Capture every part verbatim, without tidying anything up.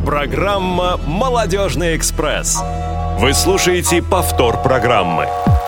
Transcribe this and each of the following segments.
Программа «Молодежный экспресс». Вы слушаете повтор программы.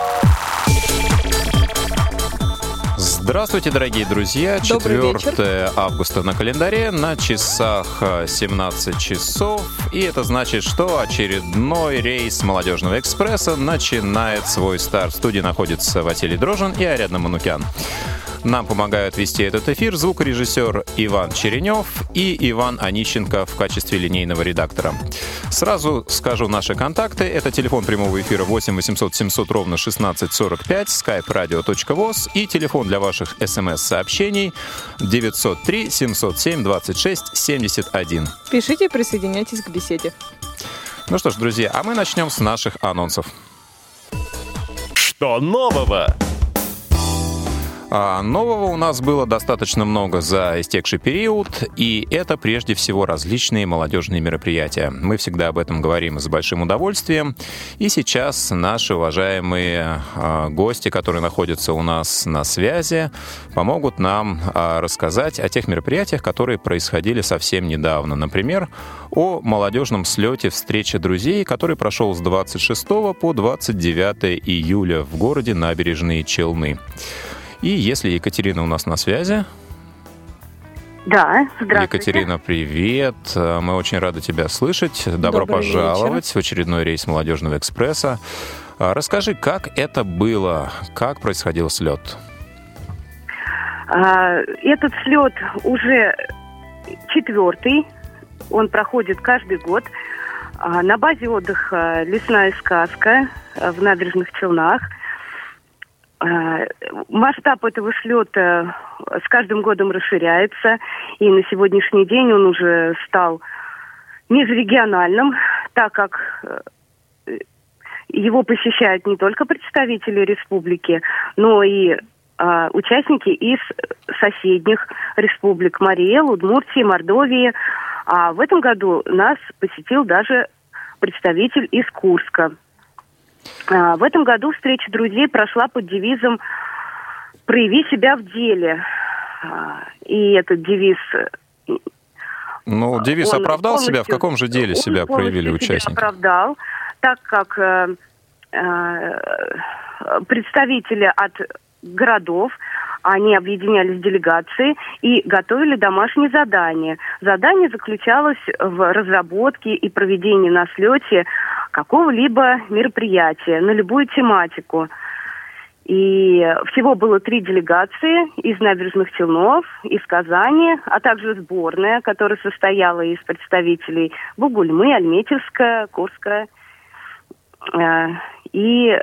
Здравствуйте, дорогие друзья. четвёртое августа на календаре, на часах семнадцать часов. И это значит, что очередной рейс «Молодежного экспресса» начинает свой старт. В студии находится Василий Дрожжин и Ариадна Манукян. Нам помогают вести этот эфир звукорежиссер Иван Черенев и Иван Онищенко в качестве линейного редактора. Сразу скажу наши контакты. Это телефон прямого эфира восемь восемьсот семьсот ровно шестнадцать сорок пять, skype radio точка voz и телефон для ваших смс-сообщений девятьсот три семьсот семь двадцать шесть семьдесят один. Пишите и присоединяйтесь к беседе. Ну что ж, друзья, а мы начнем с наших анонсов. Что нового? А нового у нас было достаточно много за истекший период, и это прежде всего различные молодежные мероприятия. Мы всегда об этом говорим с большим удовольствием. И сейчас наши уважаемые а, гости, которые находятся у нас на связи, помогут нам а, рассказать о тех мероприятиях, которые происходили совсем недавно. Например, о молодежном слете «Встреча друзей», который прошел с двадцать шестого по двадцать девятое июля в городе Набережные Челны. И если Екатерина у нас на связи... Да, здравствуйте. Екатерина, привет. Мы очень рады тебя слышать. Добро Добрый пожаловать вечер. в очередной рейс «Молодежного экспресса». Расскажи, как это было, как происходил слет? Этот слет уже четвертый. Он проходит каждый год. На базе отдыха «Лесная сказка» в Набережных Челнах. Масштаб этого слета с каждым годом расширяется, и на сегодняшний день он уже стал межрегиональным, так как его посещают не только представители республики, но и а, участники из соседних республик Марий Эл, Удмуртии, Мордовии. А в этом году нас посетил даже представитель из Курска. В этом году встреча друзей прошла под девизом «Прояви себя в деле». И этот девиз... Ну, девиз он оправдал себя? В каком же деле себя проявили участники? Себя оправдал, так как э, э, представители от городов, они объединялись в делегации и готовили домашние задания. Задание заключалось в разработке и проведении на слете какого-либо мероприятия на любую тематику. И всего было три делегации из Набережных Челнов, из Казани, а также сборная, которая состояла из представителей Бугульмы, Альметьевская, Курская. И,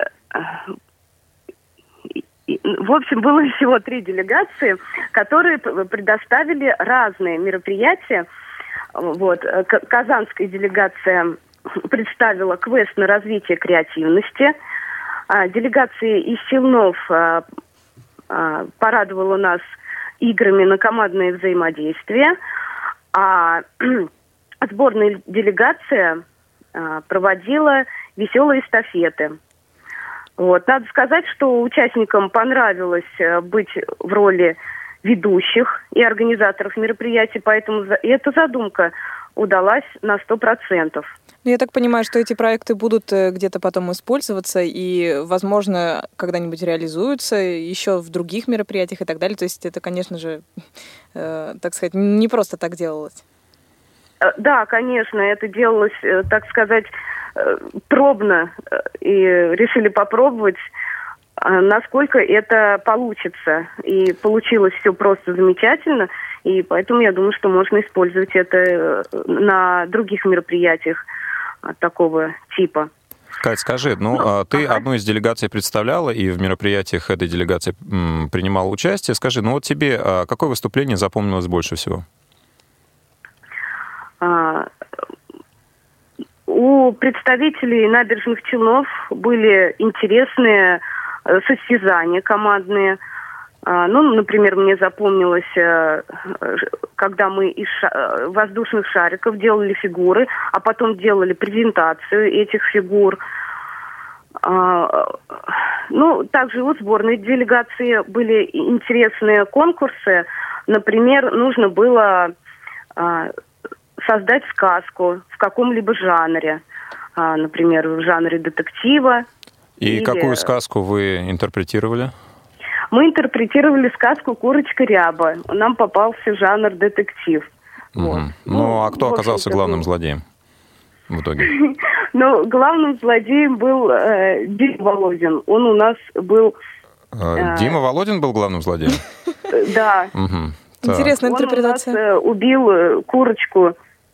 в общем, было всего три делегации, которые предоставили разные мероприятия. Вот. Казанская делегация представила квест на развитие креативности. А, делегация из Челнов а, а, порадовала нас играми на командное взаимодействие. А сборная делегация а, проводила веселые эстафеты. Вот. Надо сказать, что участникам понравилось быть в роли ведущих и организаторов мероприятий, поэтому эта задумка удалась на сто процентов. Я так понимаю, что эти проекты будут где-то потом использоваться и, возможно, когда-нибудь реализуются еще в других мероприятиях и так далее. То есть это, конечно же, э, так сказать, не просто так делалось. Да, конечно, это делалось, так сказать, пробно. И решили попробовать, насколько это получится. И получилось все просто замечательно. И поэтому я думаю, что можно использовать это на других мероприятиях такого типа. Кать, скажи, ну, ну ты ага. одну из делегаций представляла и в мероприятиях этой делегации м, принимала участие. Скажи, ну вот тебе а, какое выступление запомнилось больше всего? А, у представителей Набережных Челнов были интересные состязания командные. Ну, например, мне запомнилось, когда мы из воздушных шариков делали фигуры, а потом делали презентацию этих фигур. Ну, также у сборной делегации были интересные конкурсы. Например, нужно было создать сказку в каком-либо жанре. Например, в жанре детектива. И или... какую сказку вы интерпретировали? Мы интерпретировали сказку «Курочка Ряба». Нам попался жанр детектив. Угу. Вот. Ну, ну, а кто оказался главным злодеем в итоге? Ну, главным злодеем был э, Дима Володин. Он у нас был... Э, Дима Володин был главным злодеем? Да. Интересная интерпретация. Он у нас убил курочку.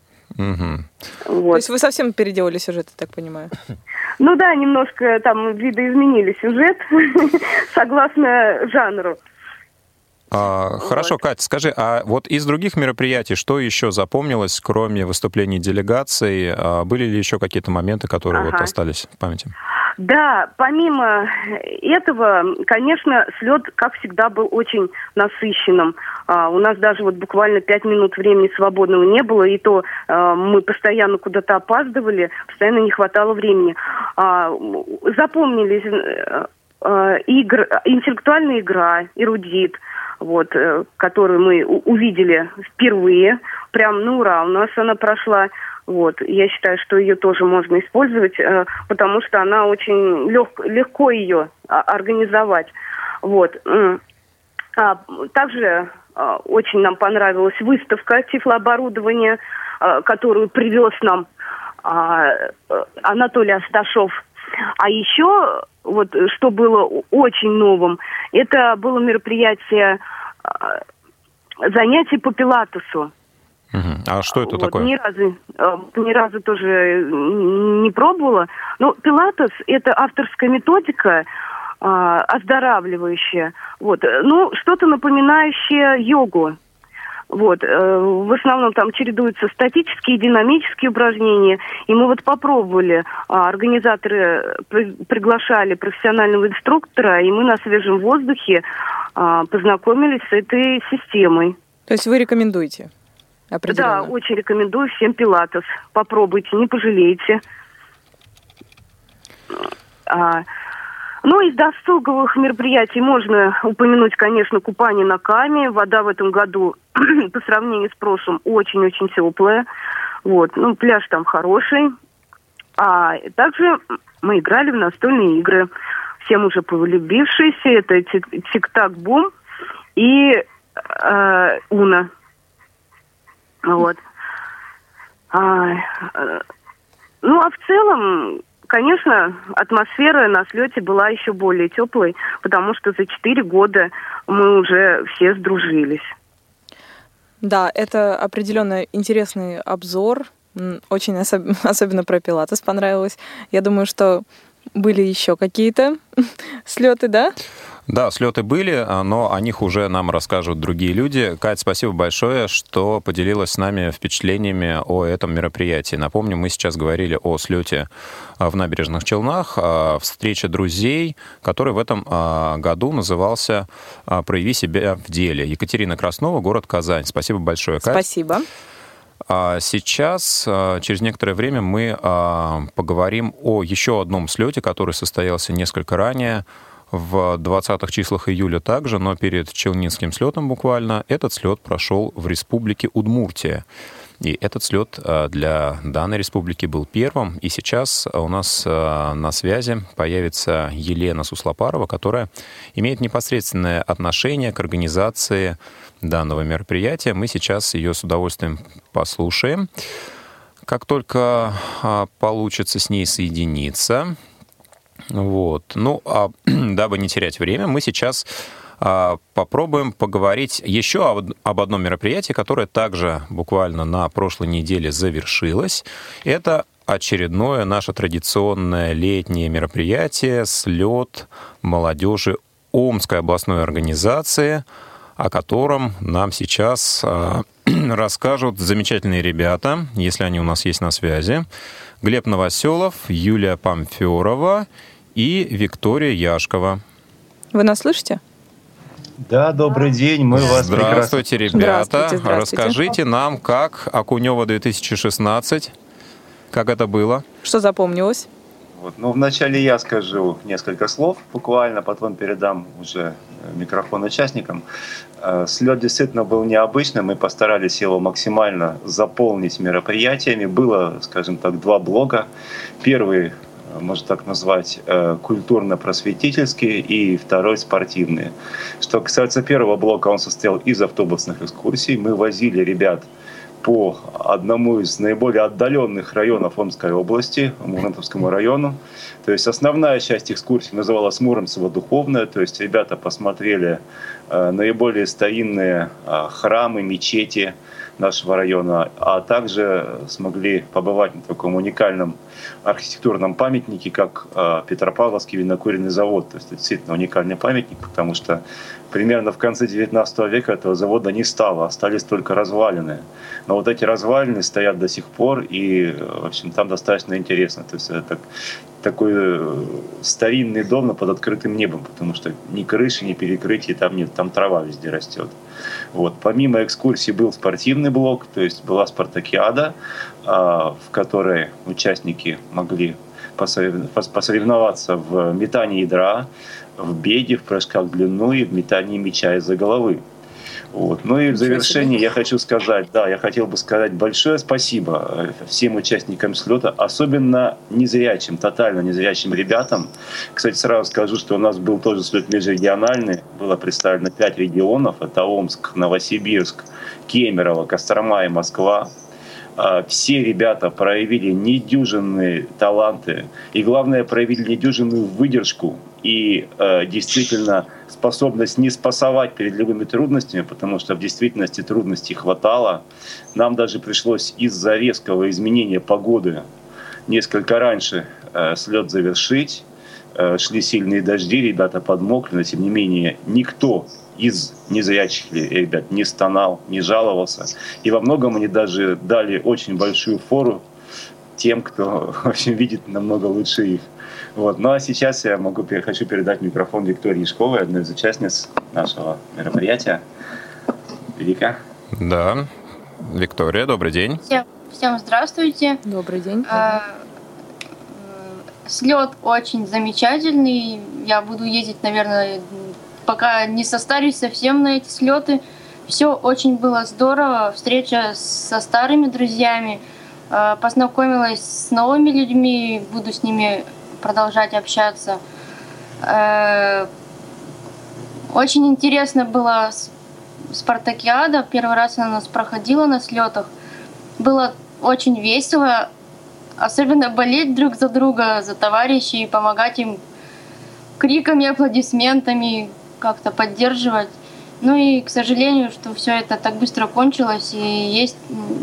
То есть вы совсем переделали сюжет, я так понимаю? Ну да, немножко там видоизменили сюжет согласно жанру. А, хорошо, Катя, скажи, а вот из других мероприятий что еще запомнилось, кроме выступлений делегаций? А были ли еще какие-то моменты, которые ага. вот остались в памяти? Да, помимо этого, конечно, слет, как всегда, был очень насыщенным. А, у нас даже вот буквально пять минут времени свободного не было, и то а, мы постоянно куда-то опаздывали, постоянно не хватало времени. А, запомнились а, игр, интеллектуальная игра, эрудит, вот, которую мы увидели впервые, прям на ура, у нас она прошла. Вот. Я считаю, что ее тоже можно использовать, потому что она очень лег, легко ее организовать. Вот. А также очень нам понравилась выставка тифлооборудования, которую привез нам Анатолий Асташов. А еще, вот, что было очень новым, это было мероприятие занятий по пилатесу. А что это вот, такое? Ни разу, ни разу тоже не пробовала. Но пилатес – это авторская методика, оздоравливающая. Вот. Ну, что-то напоминающее йогу. Вот. В основном там чередуются статические и динамические упражнения. И мы вот попробовали. Организаторы приглашали профессионального инструктора, и мы на свежем воздухе познакомились с этой системой. То есть вы рекомендуете? Да, очень рекомендую всем пилатес. Попробуйте, не пожалеете. А, ну, из досуговых мероприятий можно упомянуть, конечно, купание на Каме. Вода в этом году, по сравнению с прошлым, очень-очень теплая. Вот, ну, пляж там хороший. А также мы играли в настольные игры. Всем уже полюбившиеся. Это Тик-Так-Бум и э, Уно. Вот. А, ну, а в целом, конечно, атмосфера на слете была еще более теплой, потому что за четыре года мы уже все сдружились. Да, это определенно интересный обзор. Очень особ- особенно про пилатес понравилось. Я думаю, что были еще какие-то слеты, да? Да, слеты были, но о них уже нам расскажут другие люди. Кать, спасибо большое, что поделилась с нами впечатлениями о этом мероприятии. Напомню, мы сейчас говорили о слете в Набережных Челнах, встрече друзей, который в этом году назывался «Прояви себя в деле». Екатерина Краснова, город Казань. Спасибо большое, Кать. Спасибо. Сейчас, через некоторое время, мы поговорим о еще одном слете, который состоялся несколько ранее, в двадцатых числах июля также, но перед Челнинским слетом буквально. Этот слет прошел в республике Удмуртия. И этот слет для данной республики был первым. И сейчас у нас на связи появится Елена Суслопарова, которая имеет непосредственное отношение к организации данного мероприятия. Мы сейчас ее с удовольствием послушаем. Как только получится с ней соединиться... Вот. Ну, а дабы не терять время, мы сейчас а, попробуем поговорить еще об, об одном мероприятии, которое также буквально на прошлой неделе завершилось. Это очередное наше традиционное летнее мероприятие «Слет молодежи Омской областной организации», о котором нам сейчас а, расскажут замечательные ребята, если они у нас есть на связи. Глеб Новоселов, Юлия Памферова и Виктория Яшкова. Вы нас слышите? Да, добрый день, мы вас Здравствуйте, прекрасно... ребята. Здравствуйте, здравствуйте. Расскажите нам, как Окунева две тысячи шестнадцать, как это было? Что запомнилось? Вот. Но вначале я скажу несколько слов буквально, потом передам уже микрофон участникам. Слет действительно был необычным, мы постарались его максимально заполнить мероприятиями. Было, скажем так, два блока. Первый, можно так назвать, культурно-просветительский, и второй спортивный. Что касается первого блока, он состоял из автобусных экскурсий. Мы возили ребят по одному из наиболее отдаленных районов Омской области, Мурманскому району. То есть основная часть экскурсии называлась Муромцево-духовная. То есть ребята посмотрели э, наиболее старинные э, храмы, мечети нашего района, а также смогли побывать на таком уникальном архитектурном памятнике, как э, Петропавловский винокуренный завод. То есть это действительно уникальный памятник, потому что примерно в конце девятнадцатого века этого завода не стало, остались только развалины. Но вот эти развалины стоят до сих пор, и, в общем, там достаточно интересно. То есть это такой старинный дом под открытым небом, потому что ни крыши, ни перекрытий там нет, там трава везде растет. Вот. Помимо экскурсий был спортивный блок, то есть была спартакиада, в которой участники могли посоревноваться в метании ядра, в беге, в прыжках в длину и в метании мяча из-за головы. Вот. Ну и в завершении я хочу сказать, да, я хотел бы сказать большое спасибо всем участникам слета, особенно незрячим, тотально незрячим ребятам. Кстати, сразу скажу, что у нас был тоже слет межрегиональный, было представлено пять регионов, это Омск, Новосибирск, Кемерово, Кострома и Москва. Все ребята проявили недюжинные таланты и, главное, проявили недюжинную выдержку и э, действительно способность не спасовать перед любыми трудностями, потому что в действительности трудностей хватало. Нам даже пришлось из-за резкого изменения погоды несколько раньше э, слет завершить. Э, шли сильные дожди, ребята подмокли, но тем не менее никто из незрячих ребят не стонал, не жаловался. И во многом они даже дали очень большую фору тем, кто, в общем, видит намного лучше их. Вот. Ну а сейчас я могу, хочу передать микрофон Виктории Шковой, одной из участниц нашего мероприятия. Вика. Да. Виктория, добрый день. Всем, всем здравствуйте. Добрый день. А, слет очень замечательный. Я буду ездить, наверное, пока не состарюсь совсем на эти слеты. Все очень было здорово. Встреча со старыми друзьями. Познакомилась с новыми людьми. Буду с ними продолжать общаться. Очень интересно было спартакиада. Первый раз она у нас проходила на слетах. Было очень весело. Особенно болеть друг за друга, за товарищей, помогать им криками, аплодисментами, как-то поддерживать. Ну и, к сожалению, что все это так быстро кончилось, и есть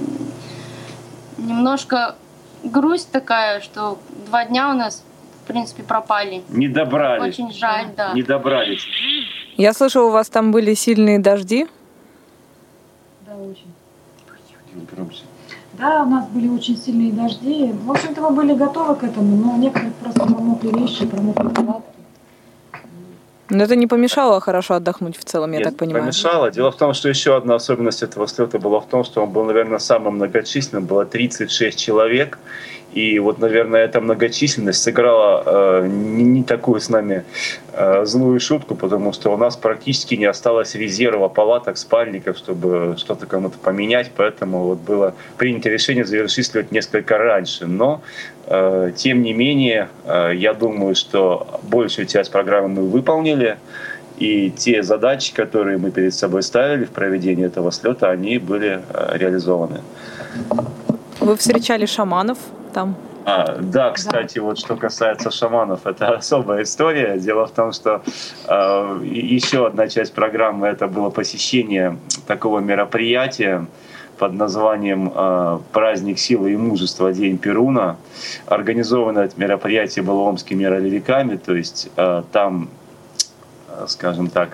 немножко грусть такая, что два дня у нас, в принципе, пропали. Не добрались. Очень жаль, да. Не добрались. Я слышала, у вас там были сильные дожди? Да, очень. Да, у нас были очень сильные дожди. В общем-то, мы были готовы к этому, но некоторых просто промокли вещи, промокли палатки. Но это не помешало хорошо отдохнуть в целом, я Нет, так понимаю. Помешало. Дело в том, что еще одна особенность этого слета была в том, что он был, наверное, самым многочисленным. Было тридцать шесть человек. И вот, наверное, эта многочисленность сыграла э, не, не такую с нами э, злую шутку, потому что у нас практически не осталось резерва палаток, спальников, чтобы что-то кому-то поменять. Поэтому вот было принято решение завершить слет несколько раньше. Но, э, тем не менее, э, я думаю, что большую часть программы мы выполнили. И те задачи, которые мы перед собой ставили в проведении этого слета, они были э, реализованы. Вы встречали шаманов там? А, да, кстати, вот что касается шаманов, это особая история. Дело в том, что э, еще одна часть программы — это было посещение такого мероприятия под названием э, «Праздник силы и мужества. День Перуна». Организовано это мероприятие было омскими ролевиками, то есть э, там, э, скажем так,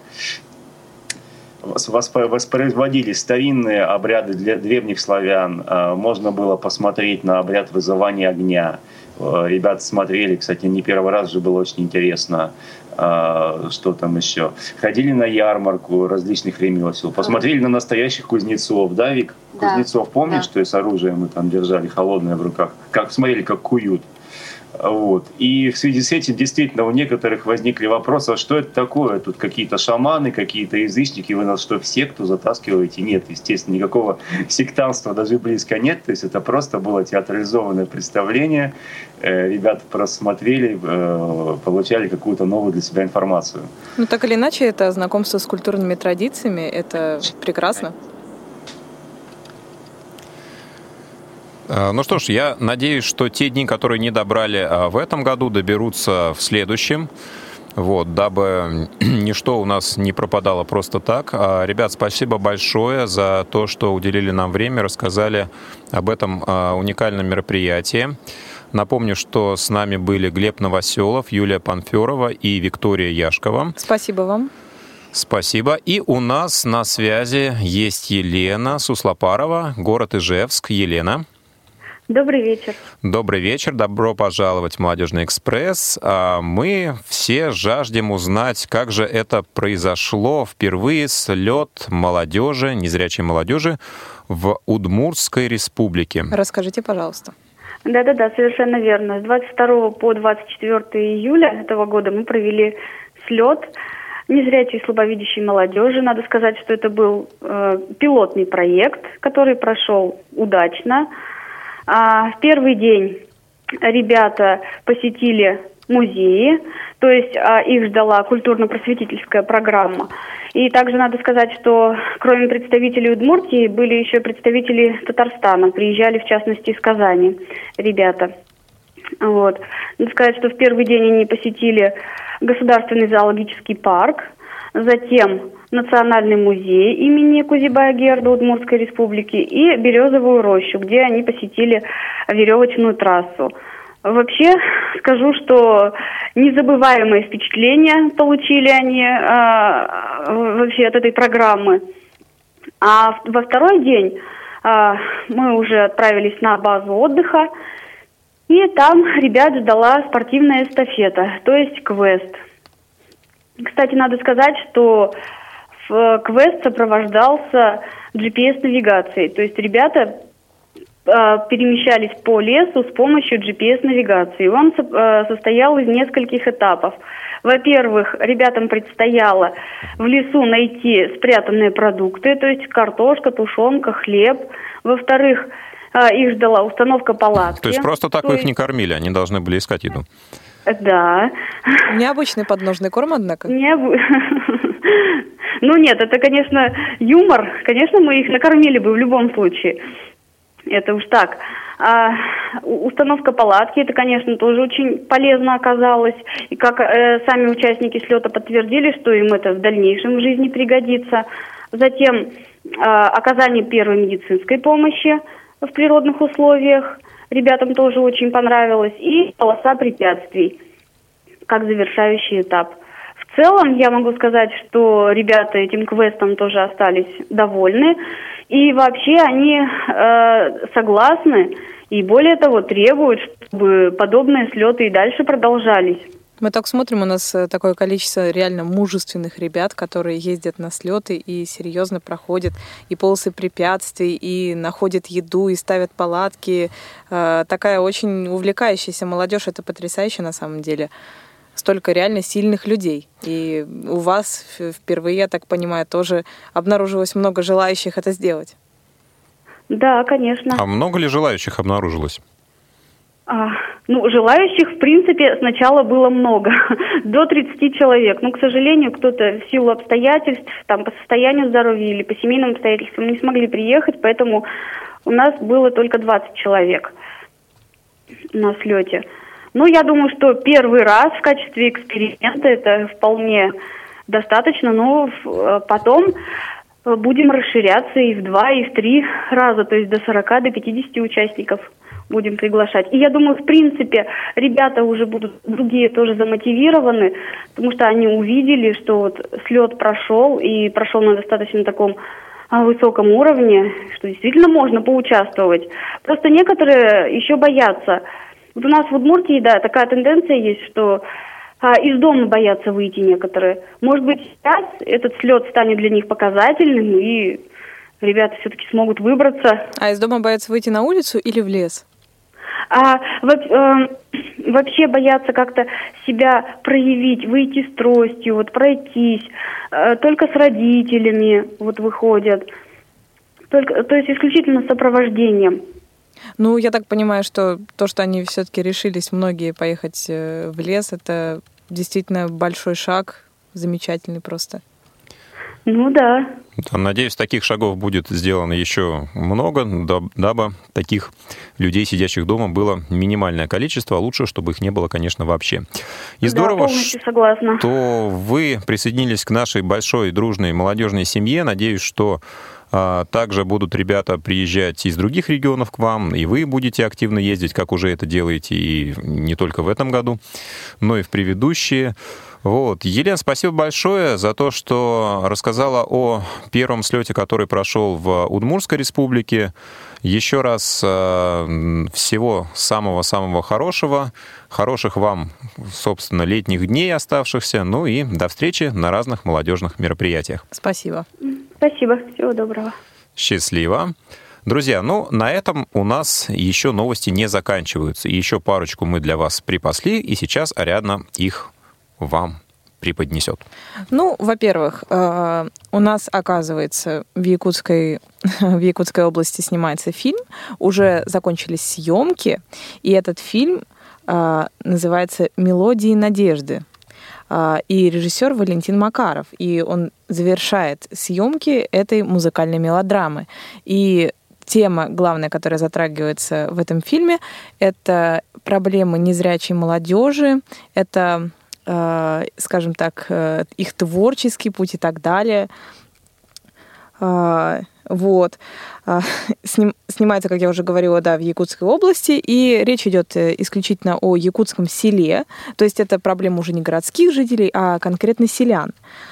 воспроизводились старинные обряды для древних славян. Можно было посмотреть на обряд вызывания огня. Ребята смотрели, кстати, не первый раз, же было очень интересно. Что там еще? Ходили на ярмарку различных ремесел. Посмотрели на настоящих кузнецов. Да, Вик? Да. Кузнецов, помнишь, да. Что и с оружием мы там держали холодное в руках? Как смотрели, как куют. Вот. И в связи с этим действительно у некоторых возникли вопросы, а что это такое? Тут какие-то шаманы, какие-то язычники, вы нас что, в секту затаскиваете? Нет, естественно, никакого сектанства даже близко нет. То есть это просто было театрализованное представление. Ребята просмотрели, получали какую-то новую для себя информацию. Ну, так или иначе, это знакомство с культурными традициями, это прекрасно. Ну что ж, я надеюсь, что те дни, которые не добрали в этом году, доберутся в следующем, вот, дабы ничто у нас не пропадало просто так. Ребят, спасибо большое за то, что уделили нам время, рассказали об этом уникальном мероприятии. Напомню, что с нами были Глеб Новоселов, Юлия Панферова и Виктория Яшкова. Спасибо вам. Спасибо. И у нас на связи есть Елена Суслопарова, город Ижевск. Елена. Добрый вечер. Добрый вечер. Добро пожаловать в «Молодежный экспресс». Мы все жаждем узнать, как же это произошло впервые, слет молодежи, незрячей молодежи в Удмуртской республике. Расскажите, пожалуйста. Да-да-да, совершенно верно. С двадцать второго по двадцать четвёртого июля этого года мы провели слет незрячей и слабовидящей молодежи. Надо сказать, что это был э, пилотный проект, который прошел удачно. А в первый день ребята посетили музеи, то есть а, их ждала культурно-просветительская программа. И также надо сказать, что кроме представителей Удмуртии были еще представители Татарстана, приезжали в частности из Казани ребята. Вот. Надо сказать, что в первый день они посетили Государственный зоологический парк, затем Национальный музей имени Кузибая-Герда Удмуртской республики и Березовую рощу, где они посетили веревочную трассу. Вообще скажу, что незабываемые впечатления получили они э, вообще от этой программы. А во второй день э, мы уже отправились на базу отдыха, и там ребят ждала спортивная эстафета, то есть квест. Кстати, надо сказать, что квест сопровождался джи пи эс-навигацией. То есть ребята э, перемещались по лесу с помощью джи пи эс-навигации. Он э, состоял из нескольких этапов. Во-первых, ребятам предстояло в лесу найти спрятанные продукты, то есть картошка, тушенка, хлеб. Во-вторых, э, их ждала установка палатки. То есть просто так то вы есть... их не кормили, они должны были искать еду? Да. Необычный подножный корм, однако. Необы... Ну нет, это, конечно, юмор. Конечно, мы их накормили бы в любом случае. Это уж так. А установка палатки, это, конечно, тоже очень полезно оказалось. И как э, сами участники слета подтвердили, что им это в дальнейшем в жизни пригодится. Затем э, оказание первой медицинской помощи в природных условиях. Ребятам тоже очень понравилось. И полоса препятствий, как завершающий этап. В целом, я могу сказать, что ребята этим квестом тоже остались довольны. И вообще они э, согласны и, более того, требуют, чтобы подобные слеты и дальше продолжались. Мы так смотрим, у нас такое количество реально мужественных ребят, которые ездят на слеты и серьезно проходят и полосы препятствий, и находят еду, и ставят палатки. Э, такая очень увлекающаяся молодежь, это потрясающе на самом деле. Столько реально сильных людей. И у вас впервые, я так понимаю, тоже обнаружилось много желающих это сделать. Да, конечно. А много ли желающих обнаружилось? А, ну, желающих, в принципе, сначала было много. До тридцати человек. Но, к сожалению, кто-то в силу обстоятельств, там, по состоянию здоровья или по семейным обстоятельствам не смогли приехать, поэтому у нас было только двадцать человек на слете. Ну, я думаю, что первый раз в качестве эксперимента это вполне достаточно, но потом будем расширяться и в два, и в три раза, то есть до сорока, до пятидесяти участников будем приглашать. И я думаю, в принципе, ребята уже будут, другие тоже замотивированы, потому что они увидели, что вот слет прошел, и прошел на достаточно таком высоком уровне, что действительно можно поучаствовать. Просто некоторые еще боятся. Вот у нас в Удмуртии, да, такая тенденция есть, что а, из дома боятся выйти некоторые. Может быть, сейчас этот слет станет для них показательным, и ребята все-таки смогут выбраться. А из дома боятся выйти на улицу или в лес? А, вот, э, вообще боятся как-то себя проявить, выйти с тростью, вот пройтись, только с родителями вот выходят, только, то есть исключительно с сопровождением. Ну, я так понимаю, что то, что они все-таки решились многие поехать в лес, это действительно большой шаг, замечательный просто. Ну да. Надеюсь, таких шагов будет сделано еще много, дабы таких людей, сидящих дома, было минимальное количество, а лучше, чтобы их не было, конечно, вообще. И здорово, да, согласна. что вы присоединились к нашей большой дружной молодежной семье. Надеюсь, что а, также будут ребята приезжать из других регионов к вам, и вы будете активно ездить, как уже это делаете, и не только в этом году, но и в предыдущие. Вот. Елена, спасибо большое за то, что рассказала о первом слете, который прошел в Удмуртской республике. Еще раз э, всего самого-самого хорошего, хороших вам, собственно, летних дней оставшихся, ну и до встречи на разных молодежных мероприятиях. Спасибо. Спасибо, всего доброго. Счастливо. Друзья, ну, на этом у нас еще новости не заканчиваются. Еще парочку мы для вас припасли, и сейчас Ариадна их вам преподнесет. Ну, во-первых, у нас, оказывается, в Якутской, в Якутской области снимается фильм, уже закончились съемки, и этот фильм называется «Мелодии надежды». И режиссер Валентин Макаров, и он завершает съемки этой музыкальной мелодрамы. И тема, главная, которая затрагивается в этом фильме, это проблемы незрячей молодежи, это, скажем так, их творческий путь и так далее. Вот. Сним, снимается, как я уже говорила, да, в Якутской области, и речь идет исключительно о якутском селе, то есть это проблема уже не городских жителей, а конкретно селян.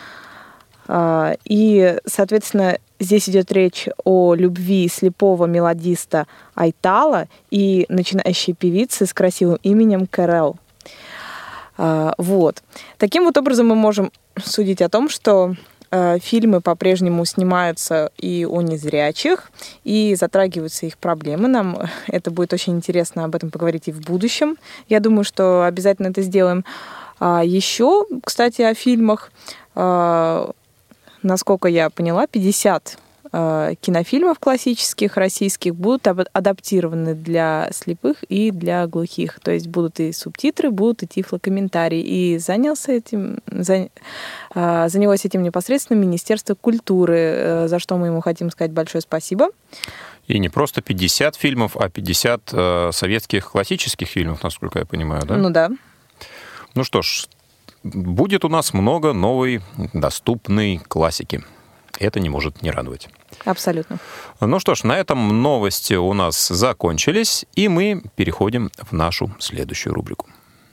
И, соответственно, здесь идет речь о любви слепого мелодиста Айтала и начинающей певицы с красивым именем Кэрол. Вот. Таким вот образом мы можем судить о том, что фильмы по-прежнему снимаются и о незрячих, и затрагиваются их проблемы. Нам это будет очень интересно об этом поговорить и в будущем. Я думаю, что обязательно это сделаем. Еще, кстати, о фильмах. Насколько я поняла, пятьдесят кинофильмов классических российских будут адаптированы для слепых и для глухих. То есть будут и субтитры, будут и тифлокомментарии. И занялся этим, занялось этим непосредственно Министерство культуры, за что мы ему хотим сказать большое спасибо. И не просто пятьдесят фильмов, а пятьдесят советских классических фильмов, насколько я понимаю, да? Ну да. Ну что ж, будет у нас много новой доступной классики. Это не может не радовать. Абсолютно. Ну что ж, на этом новости у нас закончились, и мы переходим в нашу следующую рубрику.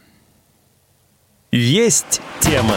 Есть тема.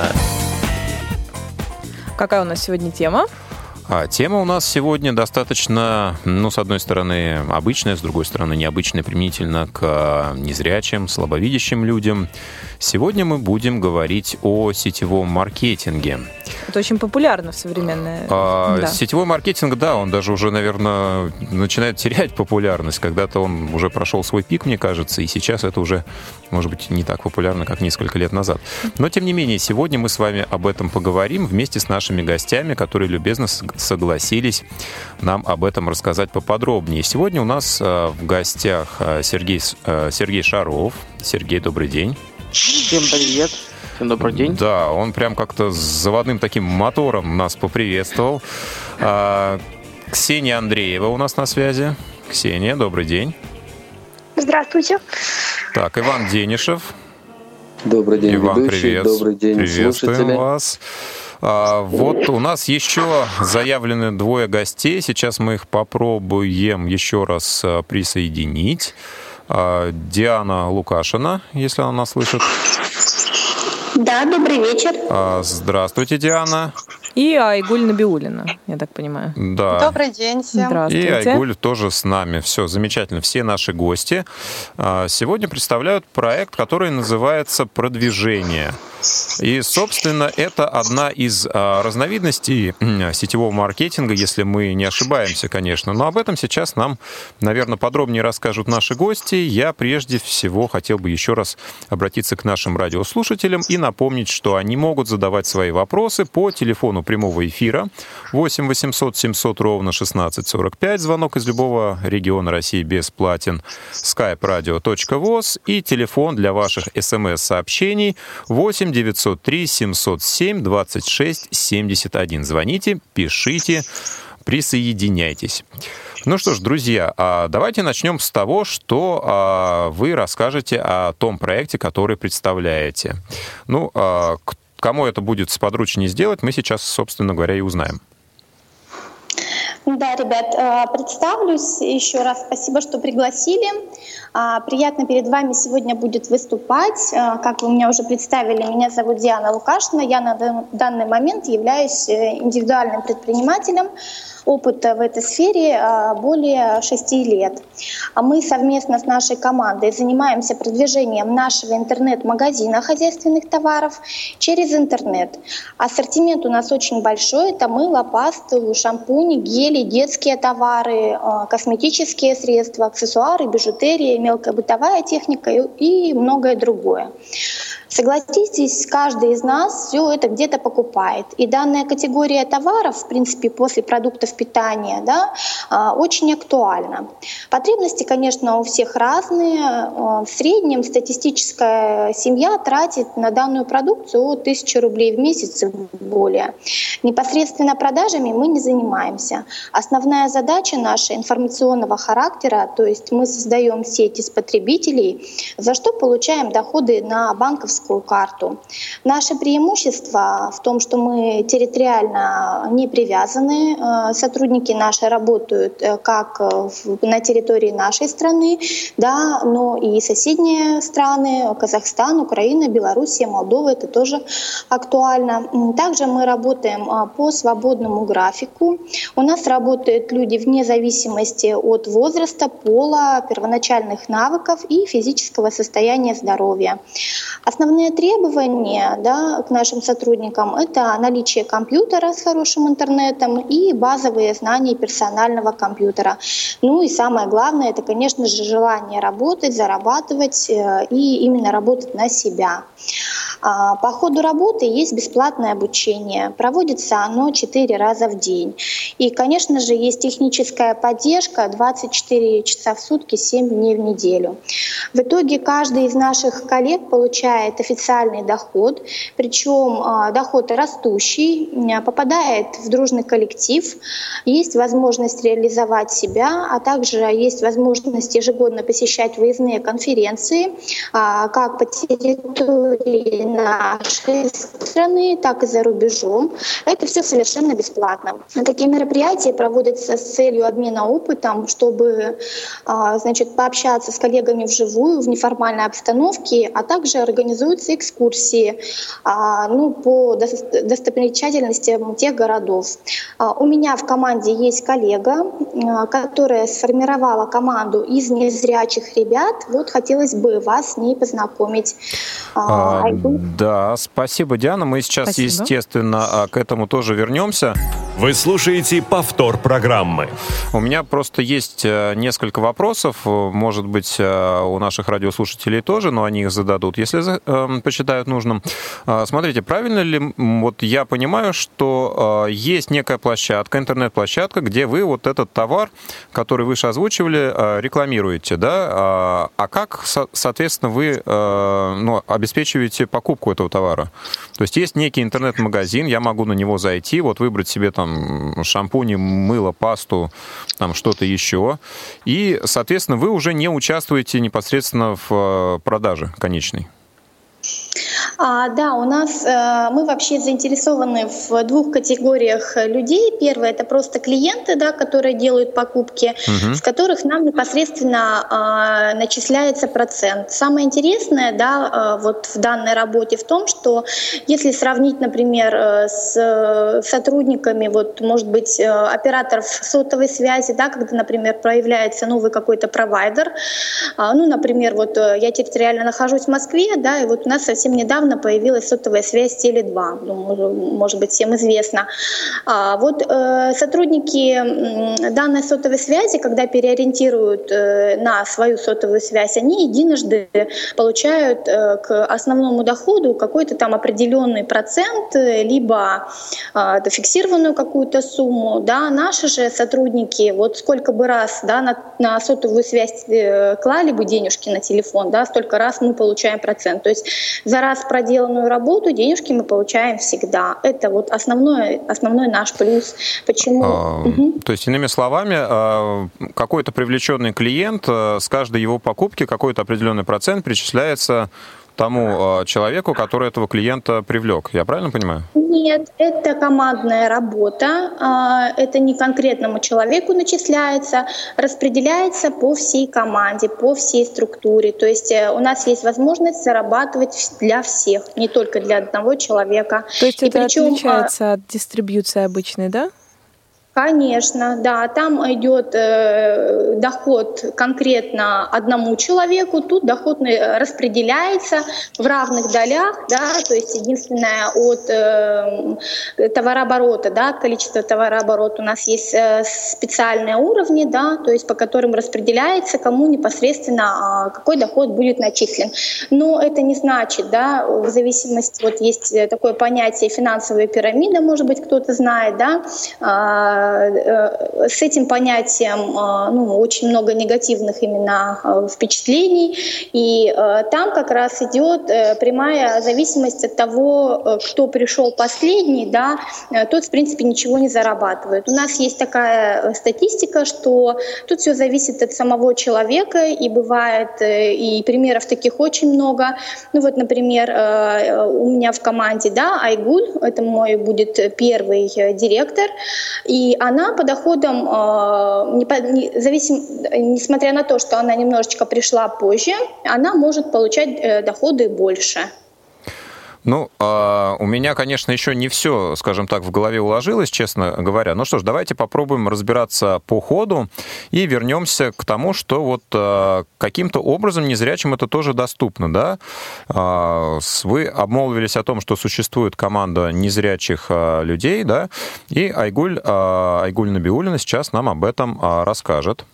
Какая у нас сегодня тема? А тема у нас сегодня достаточно, ну, с одной стороны, обычная, с другой стороны, необычная, применительно к незрячим, слабовидящим людям. Сегодня мы будем говорить о сетевом маркетинге. Это очень популярно в современное... А, да. Сетевой маркетинг, да, он даже уже, наверное, начинает терять популярность. Когда-то он уже прошел свой пик, мне кажется, и сейчас это уже, может быть, не так популярно, как несколько лет назад. Но, тем не менее, сегодня мы с вами об этом поговорим вместе с нашими гостями, которые любезно согласились нам об этом рассказать поподробнее. Сегодня у нас в гостях Сергей, Сергей Шаров. Сергей, добрый день. Всем привет. Всем добрый день. Да, он прям как-то с заводным таким мотором нас поприветствовал. А, Ксения Андреева у нас на связи. Ксения, добрый день. Здравствуйте. Так, Иван Денишев. Добрый день, Иван, ведущий. привет. Добрый день, Приветствуем слушатели. вас. А, вот у нас еще заявлены двое гостей. Сейчас мы их попробуем еще раз присоединить. А, Диана Лукашина, если она нас слышит. Да, добрый вечер. А, здравствуйте, Диана. И Айгуль Набиуллина, я так понимаю. Да. Добрый день всем. Здравствуйте. И Айгуль тоже с нами. Все замечательно. Все наши гости сегодня представляют проект, который называется «Продвижение». И, собственно, это одна из а, разновидностей сетевого маркетинга, если мы не ошибаемся, конечно. Но об этом сейчас нам, наверное, подробнее расскажут наши гости. Я прежде всего хотел бы еще раз обратиться к нашим радиослушателям и напомнить, что они могут задавать свои вопросы по телефону прямого эфира восемь восемьсот семьсот ровно шестнадцать сорок пять. Звонок из любого региона России бесплатен. skype radio точка voz и телефон для ваших смс-сообщений восемь девятьсот три семьсот семь двадцать шесть семьдесят один. Звоните, пишите, присоединяйтесь. Ну что ж, друзья, давайте начнем с того, что вы расскажете о том проекте, который представляете. Ну, кому это будет сподручнее сделать, мы сейчас, собственно говоря, и узнаем. Да, ребят, представлюсь еще раз. Спасибо, что пригласили. Приятно перед вами сегодня будет выступать. Как вы меня уже представили, меня зовут Диана Лукашина. Я на данный момент являюсь индивидуальным предпринимателем. Опыта в этой сфере более шести лет. Мы совместно с нашей командой занимаемся продвижением нашего интернет-магазина хозяйственных товаров через интернет. Ассортимент у нас очень большой. Это мыло, пасты, шампуни, гели, детские товары, косметические средства, аксессуары, бижутерия, мелкая бытовая техника и многое другое. Согласитесь, каждый из нас все это где-то покупает. И данная категория товаров, в принципе, после продуктов питания, да, очень актуальна. Потребности, конечно, у всех разные. В среднем статистическая семья тратит на данную продукцию от тысячи рублей в месяц и более. Непосредственно продажами мы не занимаемся. Основная задача наша информационного характера, то есть мы создаем сеть из потребителей, за что получаем доходы на банковскую карту. Наше преимущество в том, что мы территориально не привязаны. Сотрудники наши работают как на территории нашей страны, да, но и соседние страны, Казахстан, Украина, Белоруссия, Молдова, это тоже актуально. Также мы работаем по свободному графику. У нас работают люди вне зависимости от возраста, пола, первоначальных навыков и физического состояния здоровья. Основные требования, да, к нашим сотрудникам — это наличие компьютера с хорошим интернетом и базовые знания персонального компьютера. Ну и самое главное — это, конечно же, желание работать, зарабатывать и именно работать на себя. По ходу работы есть бесплатное обучение. Проводится оно четыре раза в день. И, конечно же, есть техническая поддержка двадцать четыре часа в сутки, семь дней в неделю. В итоге каждый из наших коллег получает официальный доход, причем доход растущий, попадает в дружный коллектив, есть возможность реализовать себя, а также есть возможность ежегодно посещать выездные конференции, как по территории нашей страны, так и за рубежом. Это все совершенно бесплатно. Такие мероприятия проводятся с целью обмена опытом, чтобы, значит, пообщаться с коллегами вживую, в неформальной обстановке, а также организуются экскурсии, ну, по достопримечательностям тех городов. У меня в команде есть коллега, которая сформировала команду из незрячих ребят. Вот хотелось бы вас с ней познакомить. А, да, спасибо, Диана. Мы сейчас, спасибо. естественно, к этому тоже вернемся. Вы слушаете повтор программы. У меня просто есть несколько вопросов, может быть, у наших радиослушателей тоже, но они их зададут, если э, посчитают нужным. Смотрите, правильно ли вот я понимаю, что э, есть некая площадка, интернет-площадка, где вы вот этот товар, который выше озвучивали, э, рекламируете, да? А как, со- соответственно, вы э, ну, обеспечиваете покупку этого товара? То есть есть некий интернет-магазин, я могу на него зайти, вот выбрать себе там шампуни, мыло, пасту, там что-то еще. И, соответственно, вы уже не участвуете непосредственно в продаже конечной. А, да, у нас э, мы вообще заинтересованы в двух категориях людей. Первое — это просто клиенты, да, которые делают покупки, угу. с которых нам непосредственно э, начисляется процент. Самое интересное, да, э, вот в данной работе в том, что если сравнить, например, э, с э, сотрудниками, вот, может быть, э, операторов сотовой связи, да, когда, например, проявляется новый какой-то провайдер, э, ну, например, вот э, я территориально нахожусь в Москве, да, и вот у нас совсем недавно недавно появилась сотовая связь Теле два, думаю, может быть, всем известно. А вот э, сотрудники данной сотовой связи, когда переориентируют э, на свою сотовую связь, они единожды получают э, к основному доходу какой-то там определенный процент, либо э, фиксированную какую-то сумму. Да. Наши же сотрудники, вот сколько бы раз да, на, на сотовую связь э, клали бы денежки на телефон, да, столько раз мы получаем процент. То есть за раз проделанную работу денежки мы получаем всегда. Это вот основной, основной наш плюс. Почему? А, угу. То есть, иными словами, какой-то привлеченный клиент, с каждой его покупки какой-то определенный процент причисляется тому человеку, который этого клиента привлек. Я правильно понимаю? Нет, это командная работа. Это не конкретному человеку начисляется, распределяется по всей команде, по всей структуре. То есть у нас есть возможность зарабатывать для всех, не только для одного человека. То есть И это причем, отличается от дистрибьюции обычной, да? Конечно, да, там идет э, доход конкретно одному человеку, тут доход распределяется в равных долях, да, то есть единственное от э, товарооборота, да, количества товарооборота у нас есть э, специальные уровни, да, то есть по которым распределяется, кому непосредственно э, какой доход будет начислен. Но это не значит, да, в зависимости, вот есть такое понятие финансовая пирамида, может быть, кто-то знает, да, э, с этим понятием ну, очень много негативных именно впечатлений, и там как раз идет прямая зависимость от того, кто пришел последний, да, тот в принципе ничего не зарабатывает. У нас есть такая статистика, что тут все зависит от самого человека, и бывает, и примеров таких очень много. Ну вот, например, у меня в команде, да, Айгуль, это мой будет первый директор, и она по доходам, не по, не, зависим, несмотря на то, что она немножечко пришла позже, она может получать доходы больше. Ну, э, у меня, конечно, еще не все, скажем так, в голове уложилось, честно говоря. Ну что ж, давайте попробуем разбираться по ходу и вернемся к тому, что вот э, каким-то образом незрячим это тоже доступно, да? Э, вы обмолвились о том, что существует команда незрячих э, людей, да? И Айгуль, э, Айгуль Набиуллина сейчас нам об этом э, расскажет.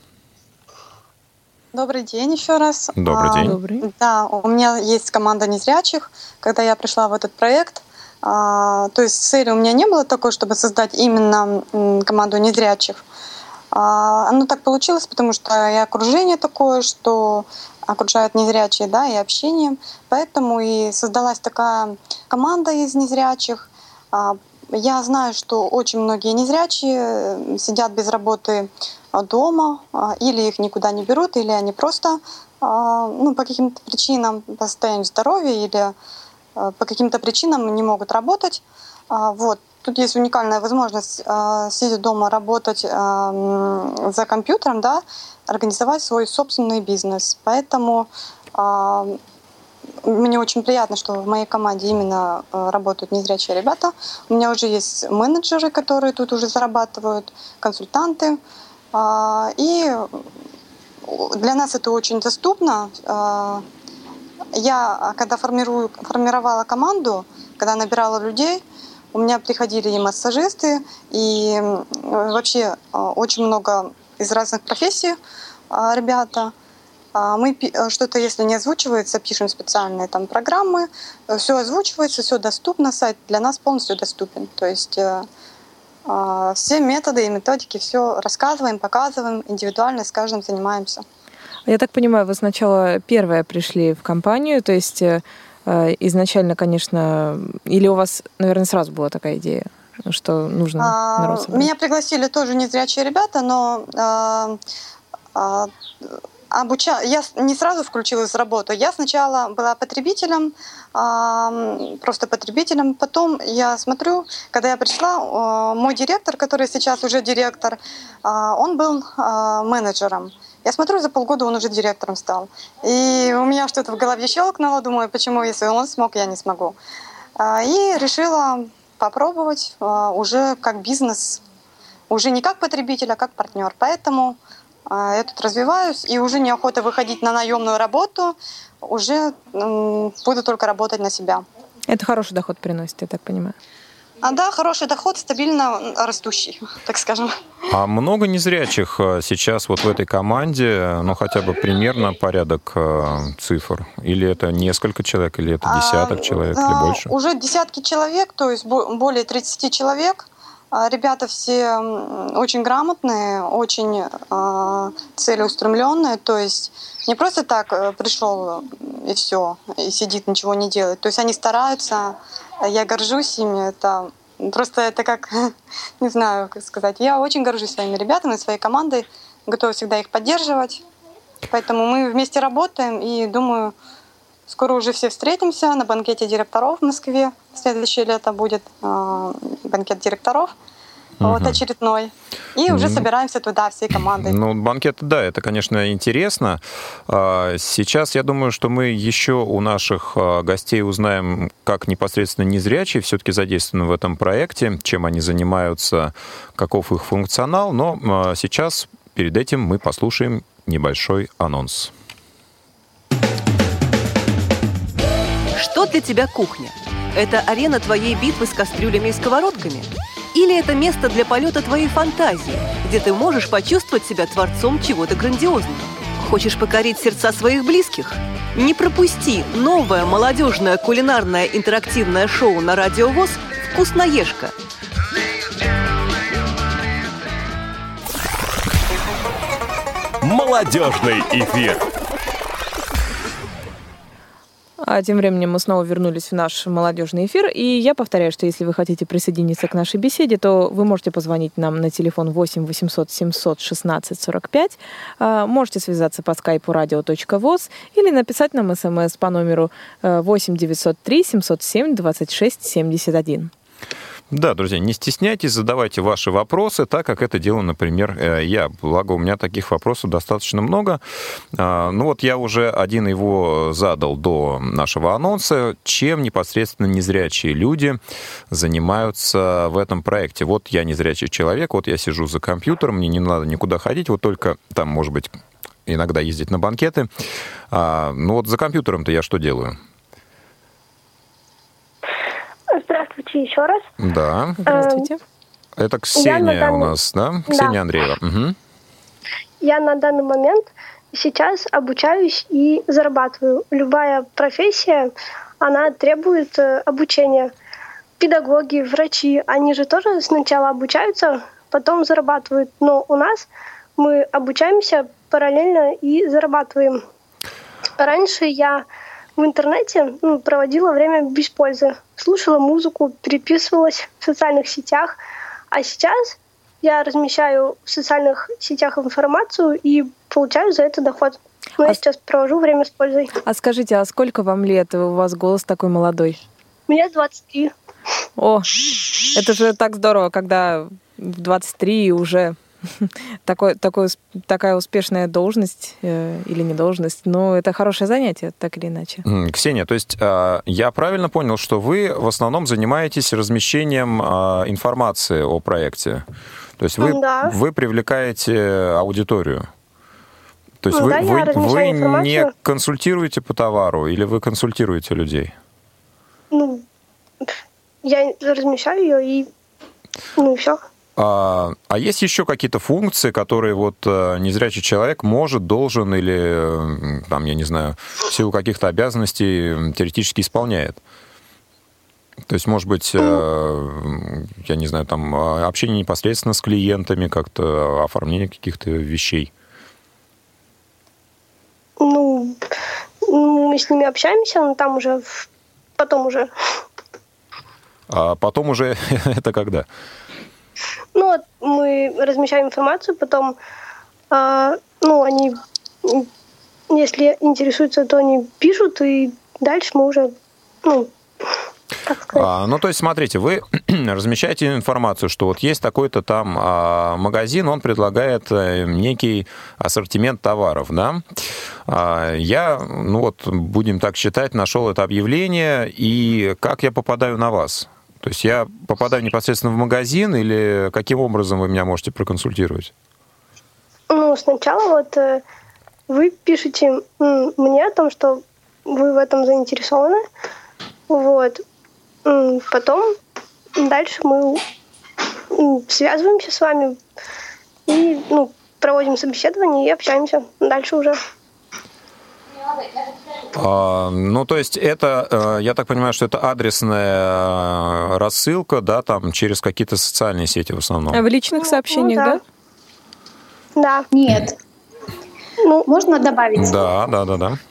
Добрый день еще раз. Добрый день. А, Добрый. Да, у меня есть команда незрячих. Когда я пришла в этот проект, а, то есть цели у меня не было такой, чтобы создать именно команду незрячих. А, оно так получилось, потому что и окружение такое, что окружают незрячие, да, и общение. Поэтому и создалась такая команда из незрячих. А, я знаю, что очень многие незрячие сидят без работы дома, или их никуда не берут, или они просто ну, по каким-то причинам, по состоянию здоровья или по каким-то причинам не могут работать. Вот. Тут есть уникальная возможность, сидя дома, работать за компьютером, да, организовать свой собственный бизнес. Поэтому мне очень приятно, что в моей команде именно работают незрячие ребята. У меня уже есть менеджеры, которые тут уже зарабатывают, консультанты. И для нас это очень доступно. Я, когда формирую, формировала команду, когда набирала людей, у меня приходили и массажисты, и вообще очень много из разных профессий ребята. Мы что-то, если не озвучивается, пишем специальные там программы, все озвучивается, все доступно, сайт для нас полностью доступен. То есть все методы и методики, все рассказываем, показываем, индивидуально с каждым занимаемся. Я так понимаю, вы сначала первая пришли в компанию, то есть э, изначально, конечно, или у вас, наверное, сразу была такая идея, что нужно а, народ собрать? Меня пригласили тоже незрячие ребята, но а, а, обуча... я не сразу включилась в работу. Я сначала была потребителем, просто потребителем. Потом я смотрю, когда я пришла, мой директор, который сейчас уже директор, он был менеджером. Я смотрю, за полгода он уже директором стал. И у меня что-то в голове щелкнуло, думаю, почему, если он смог, я не смогу. И решила попробовать уже как бизнес, уже не как потребитель, а как партнер. Поэтому я тут развиваюсь, и уже неохота выходить на наемную работу, уже буду только работать на себя. Это хороший доход приносит, я так понимаю. А да, хороший доход, стабильно растущий, так скажем. А много незрячих сейчас вот в этой команде, ну хотя бы примерно порядок цифр? Или это несколько человек, или это десяток а, человек, а, или больше? Уже десятки человек, то есть более тридцати человек. Ребята все очень грамотные, очень э, целеустремленные, то есть не просто так пришел и все, и сидит, ничего не делает. То есть они стараются, я горжусь ими, это просто это как, не знаю, как сказать, я очень горжусь своими ребятами, своей командой, готова всегда их поддерживать, поэтому мы вместе работаем и думаю, скоро уже все встретимся на банкете директоров в Москве. Следующее лето будет э, банкет директоров, угу. вот очередной. И уже собираемся туда всей командой. Ну, банкет, да, это, конечно, интересно. Сейчас, я думаю, что мы еще у наших гостей узнаем, как непосредственно незрячие все-таки задействованы в этом проекте, чем они занимаются, каков их функционал. Но сейчас, перед этим, мы послушаем небольшой анонс. Что для тебя кухня? Это арена твоей битвы с кастрюлями и сковородками? Или это место для полета твоей фантазии, где ты можешь почувствовать себя творцом чего-то грандиозного? Хочешь покорить сердца своих близких? Не пропусти новое молодежное кулинарное интерактивное шоу на Радио ВОС «Вкусноежка». Молодежный эфир. А тем временем мы снова вернулись в наш молодежный эфир. И я повторяю, что если вы хотите присоединиться к нашей беседе, то вы можете позвонить нам на телефон восемь восемьсот семьсот шестнадцать сорок пять. Можете связаться по скайпу радио точка воз или написать нам смс по номеру восемь девятьсот три семьсот семь двадцать шесть семьдесят один. Да, друзья, не стесняйтесь, задавайте ваши вопросы, так как это делаю, например, я. Благо, у меня таких вопросов достаточно много. Ну вот я уже один его задал до нашего анонса. Чем непосредственно незрячие люди занимаются в этом проекте? Вот я незрячий человек, вот я сижу за компьютером, мне не надо никуда ходить, вот только там, может быть, иногда ездить на банкеты. Ну вот за компьютером-то я что делаю? Здравствуйте еще раз. Да. Здравствуйте. Это Ксения данный... у нас, да? Ксения да. Андреева. Угу. Я на данный момент сейчас обучаюсь и зарабатываю. Любая профессия, она требует обучения. Педагоги, врачи, они же тоже сначала обучаются, потом зарабатывают. Но у нас мы обучаемся параллельно и зарабатываем. Раньше я в интернете ну, проводила время без пользы. Слушала музыку, переписывалась в социальных сетях. А сейчас я размещаю в социальных сетях информацию и получаю за это доход. Но а я сейчас провожу время с пользой. А скажите, а сколько вам лет? У вас голос такой молодой. Мне двадцать три. О, это же так здорово, когда в двадцать три уже... Такой, такой, такая успешная должность э, или не должность, но это хорошее занятие, так или иначе. Ксения, то есть э, я правильно понял, что вы в основном занимаетесь размещением э, информации о проекте? То есть вы, да. вы привлекаете аудиторию? То есть да, вы, вы, вы не консультируете по товару или вы консультируете людей? Ну, я размещаю ее и ну, все. А, а есть еще какие-то функции, которые вот незрячий человек может, должен или, там, я не знаю, в силу каких-то обязанностей теоретически исполняет? То есть, может быть, я не знаю, там, общение непосредственно с клиентами, как-то оформление каких-то вещей? Ну, мы с ними общаемся, но там уже, потом уже. А потом уже это когда? Ну, вот мы размещаем информацию, потом, э, ну, они, если интересуются, то они пишут, и дальше мы уже, ну, так сказать. А, ну, то есть, смотрите, вы размещаете информацию, что вот есть такой-то там а, магазин, он предлагает некий ассортимент товаров, да? А, я, ну вот, будем так считать, нашел это объявление, и как я попадаю на вас? То есть я попадаю непосредственно в магазин или каким образом вы меня можете проконсультировать? Ну, сначала вот вы пишете мне о том, что вы в этом заинтересованы. Вот. Потом дальше мы связываемся с вами и ну, проводим собеседование и общаемся дальше уже. А, ну, то есть это, я так понимаю, что это адресная рассылка, да, там через какие-то социальные сети в основном? А в личных сообщениях, ну, да? да? Да. Нет. Ну, можно добавить? Да, да, да, да.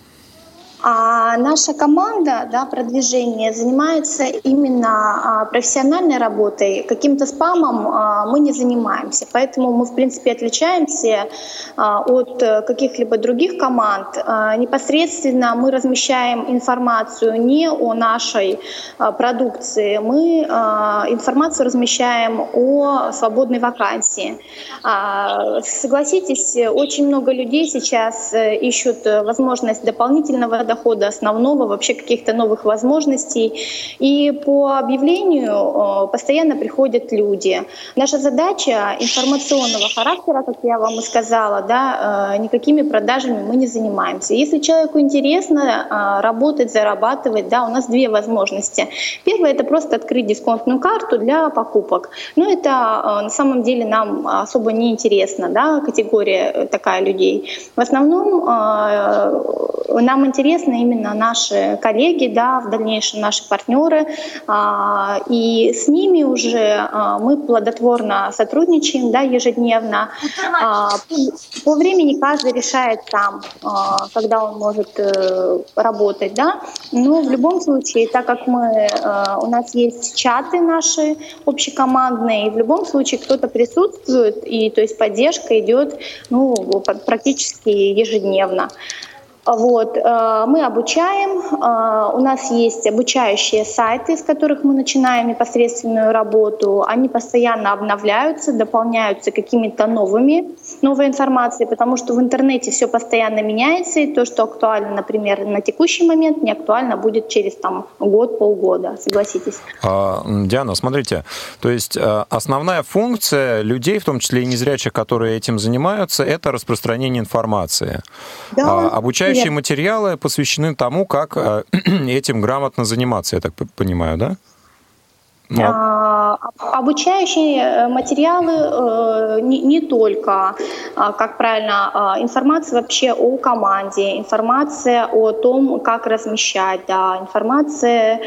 А наша команда, да, продвижения занимается именно а, профессиональной работой. Каким-то спамом а, мы не занимаемся. Поэтому мы, в принципе, отличаемся а, от каких-либо других команд. А, непосредственно мы размещаем информацию не о нашей а, продукции. Мы а, информацию размещаем о свободной вакансии. А, согласитесь, очень много людей сейчас ищут возможность дополнительного дохода основного, вообще каких-то новых возможностей. И по объявлению постоянно приходят люди. Наша задача информационного характера, как я вам и сказала, да, никакими продажами мы не занимаемся. Если человеку интересно работать, зарабатывать, да, у нас две возможности. Первое — это просто открыть дисконтную карту для покупок. Но это на самом деле нам особо не интересно, да, категория такая людей. В основном нам интересно именно наши коллеги, да, в дальнейшем наши партнеры, и с ними уже мы плодотворно сотрудничаем, да, ежедневно. По времени каждый решает сам, когда он может работать, да. Но в любом случае, так как мы, у нас есть чаты наши общекомандные, и в любом случае кто-то присутствует, и то есть поддержка идет, ну, практически ежедневно. Вот, мы обучаем, у нас есть обучающие сайты, с которых мы начинаем непосредственную работу. Они постоянно обновляются, дополняются какими-то новыми, новой информацией, потому что в интернете все постоянно меняется, и то, что актуально, например, на текущий момент, не актуально будет через там, год, полгода, согласитесь. А, Диана, смотрите, то есть основная функция людей, в том числе и незрячих, которые этим занимаются, это распространение информации. Да, обучающие Обучающие материалы посвящены тому, как этим грамотно заниматься, я так понимаю, да? Ну. Обучающие материалы не, не только, как правильно, информация вообще о команде, информация о том, как размещать, да, информация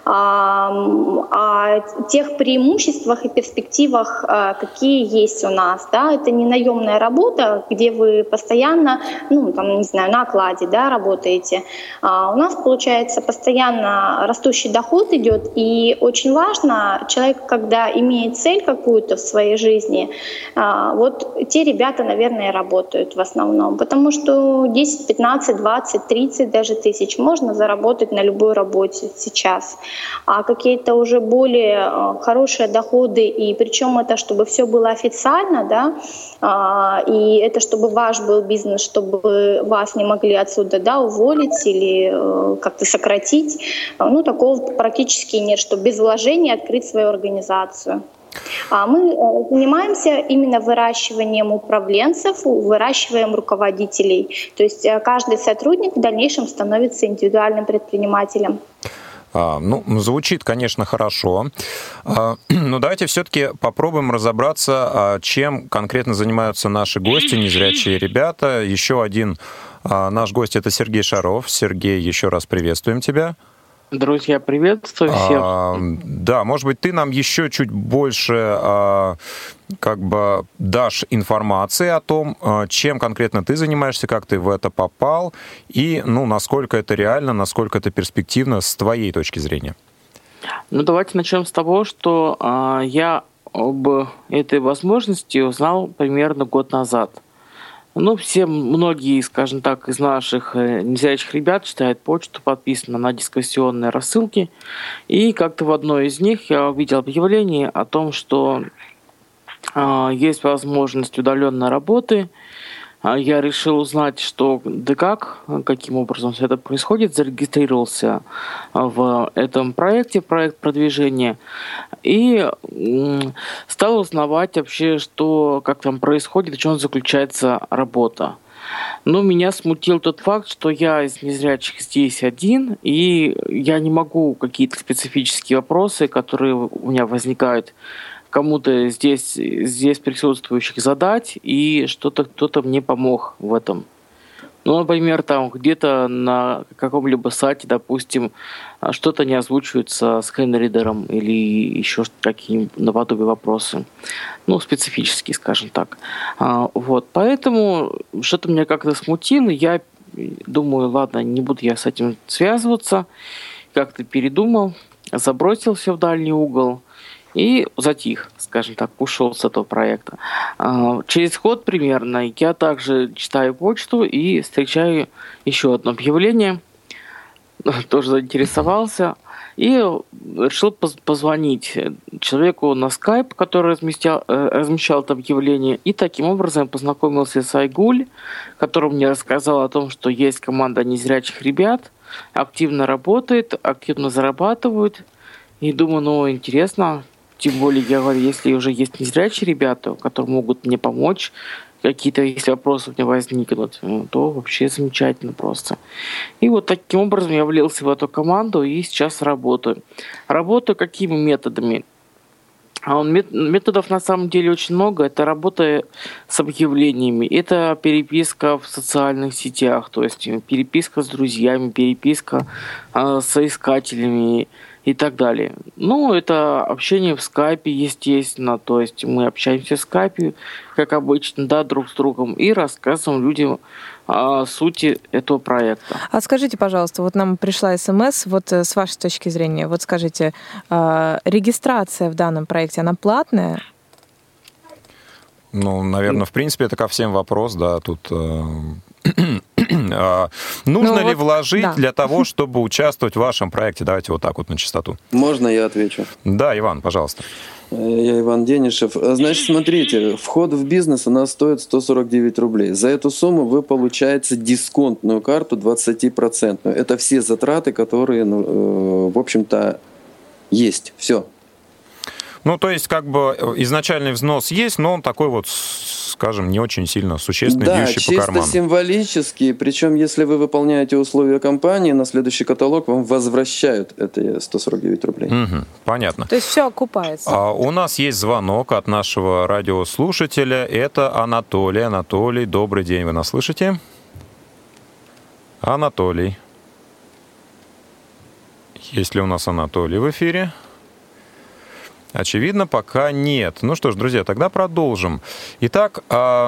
о, о тех преимуществах и перспективах, какие есть у нас. Да. Это не наемная работа, где вы постоянно, ну, там, не знаю, на окладе, да, работаете. У нас, получается, постоянно растущий доход идет, и очень важно, человек, когда имеет цель какую-то в своей жизни, вот те ребята, наверное, работают в основном, потому что десять, пятнадцать, двадцать, тридцать даже тысяч можно заработать на любой работе сейчас. А какие-то уже более хорошие доходы, и причем это, чтобы все было официально, да, и это чтобы ваш был бизнес, чтобы вас не могли отсюда, да, уволить или как-то сократить, ну, такого практически нет, что без вложения открыть свою организацию. Мы занимаемся именно выращиванием управленцев, выращиваем руководителей. То есть каждый сотрудник в дальнейшем становится индивидуальным предпринимателем. А, ну, звучит, конечно, хорошо. А, но давайте все-таки попробуем разобраться, чем конкретно занимаются наши гости, незрячие ребята. Еще один а, наш гость — это Сергей Шаров. Сергей, еще раз приветствуем тебя. Друзья, приветствую всех. А, да, может быть, ты нам еще чуть больше а, как бы дашь информации о том, чем конкретно ты занимаешься, как ты в это попал, и ну, насколько это реально, насколько это перспективно с твоей точки зрения. Ну, давайте начнем с того, что а, я об этой возможности узнал примерно год назад. Ну, все, многие, скажем так, из наших незрячих ребят читают почту, подписаны на дискуссионные рассылки. И как-то в одной из них я увидел объявление о том, что э, есть возможность удаленной работы. Я решил узнать, что да как, каким образом все это происходит, зарегистрировался в этом проекте, проект продвижения, и стал узнавать вообще, что, как там происходит, в чем заключается работа. Но меня смутил тот факт, что я из незрячих здесь один, и я не могу какие-то специфические вопросы, которые у меня возникают, кому-то здесь, здесь присутствующих задать, и что-то кто-то мне помог в этом. Ну, например, там где-то на каком-либо сайте, допустим, что-то не озвучивается скринридером или еще какие-нибудь наподобие вопросы. Ну, специфические, скажем так. А, вот, поэтому что-то меня как-то смутило. Я думаю, ладно, не буду я с этим связываться. Как-то передумал, забросил все в дальний угол и затих, скажем так, ушел с этого проекта. Через год примерно я также читаю почту и встречаю еще одно объявление. Тоже заинтересовался и решил позвонить человеку на скайп, который размещал, размещал это объявление. И таким образом познакомился с Айгуль, который мне рассказал о том, что есть команда незрячих ребят, активно работает, активно зарабатывают. И думаю, ну, интересно. Тем более, я говорю, если уже есть незрячие ребята, которые могут мне помочь, какие-то, если вопросы у меня возникнут, то вообще замечательно просто. И вот таким образом я влился в эту команду и сейчас работаю. Работаю какими методами? Методов на самом деле очень много. Это работа с объявлениями, это переписка в социальных сетях, то есть переписка с друзьями, переписка э, с соискателями и так далее. Ну, это общение в скайпе, естественно, то есть мы общаемся в скайпе, как обычно, да, друг с другом, и рассказываем людям о сути этого проекта. А скажите, пожалуйста, вот нам пришла смс, вот с вашей точки зрения, вот скажите, регистрация в данном проекте, она платная? Ну, наверное, в принципе, это ко всем вопрос, да, тут... Нужно ну, ли вот, вложить да. для того, чтобы участвовать в вашем проекте? Давайте вот так вот на чистоту. Можно я отвечу? Да, Иван, пожалуйста. Я Иван Денишев. Значит, смотрите, вход в бизнес у нас стоит сто сорок девять рублей. За эту сумму вы получаете дисконтную карту двадцать процентов. Это все затраты, которые, ну, в общем-то, есть. Все. Ну, то есть, как бы изначальный взнос есть, но он такой вот, скажем, не очень сильно существенный, да, бьющий по карману. Да, чисто символический. Причем, если вы выполняете условия компании, на следующий каталог вам возвращают эти сто сорок девять рублей. Угу, понятно. То есть все окупается. А, у нас есть звонок от нашего радиослушателя. Это Анатолий. Анатолий, добрый день. Вы нас слышите? Анатолий. Есть ли у нас Анатолий в эфире? Очевидно, пока нет. Ну что ж, друзья, тогда продолжим. Итак,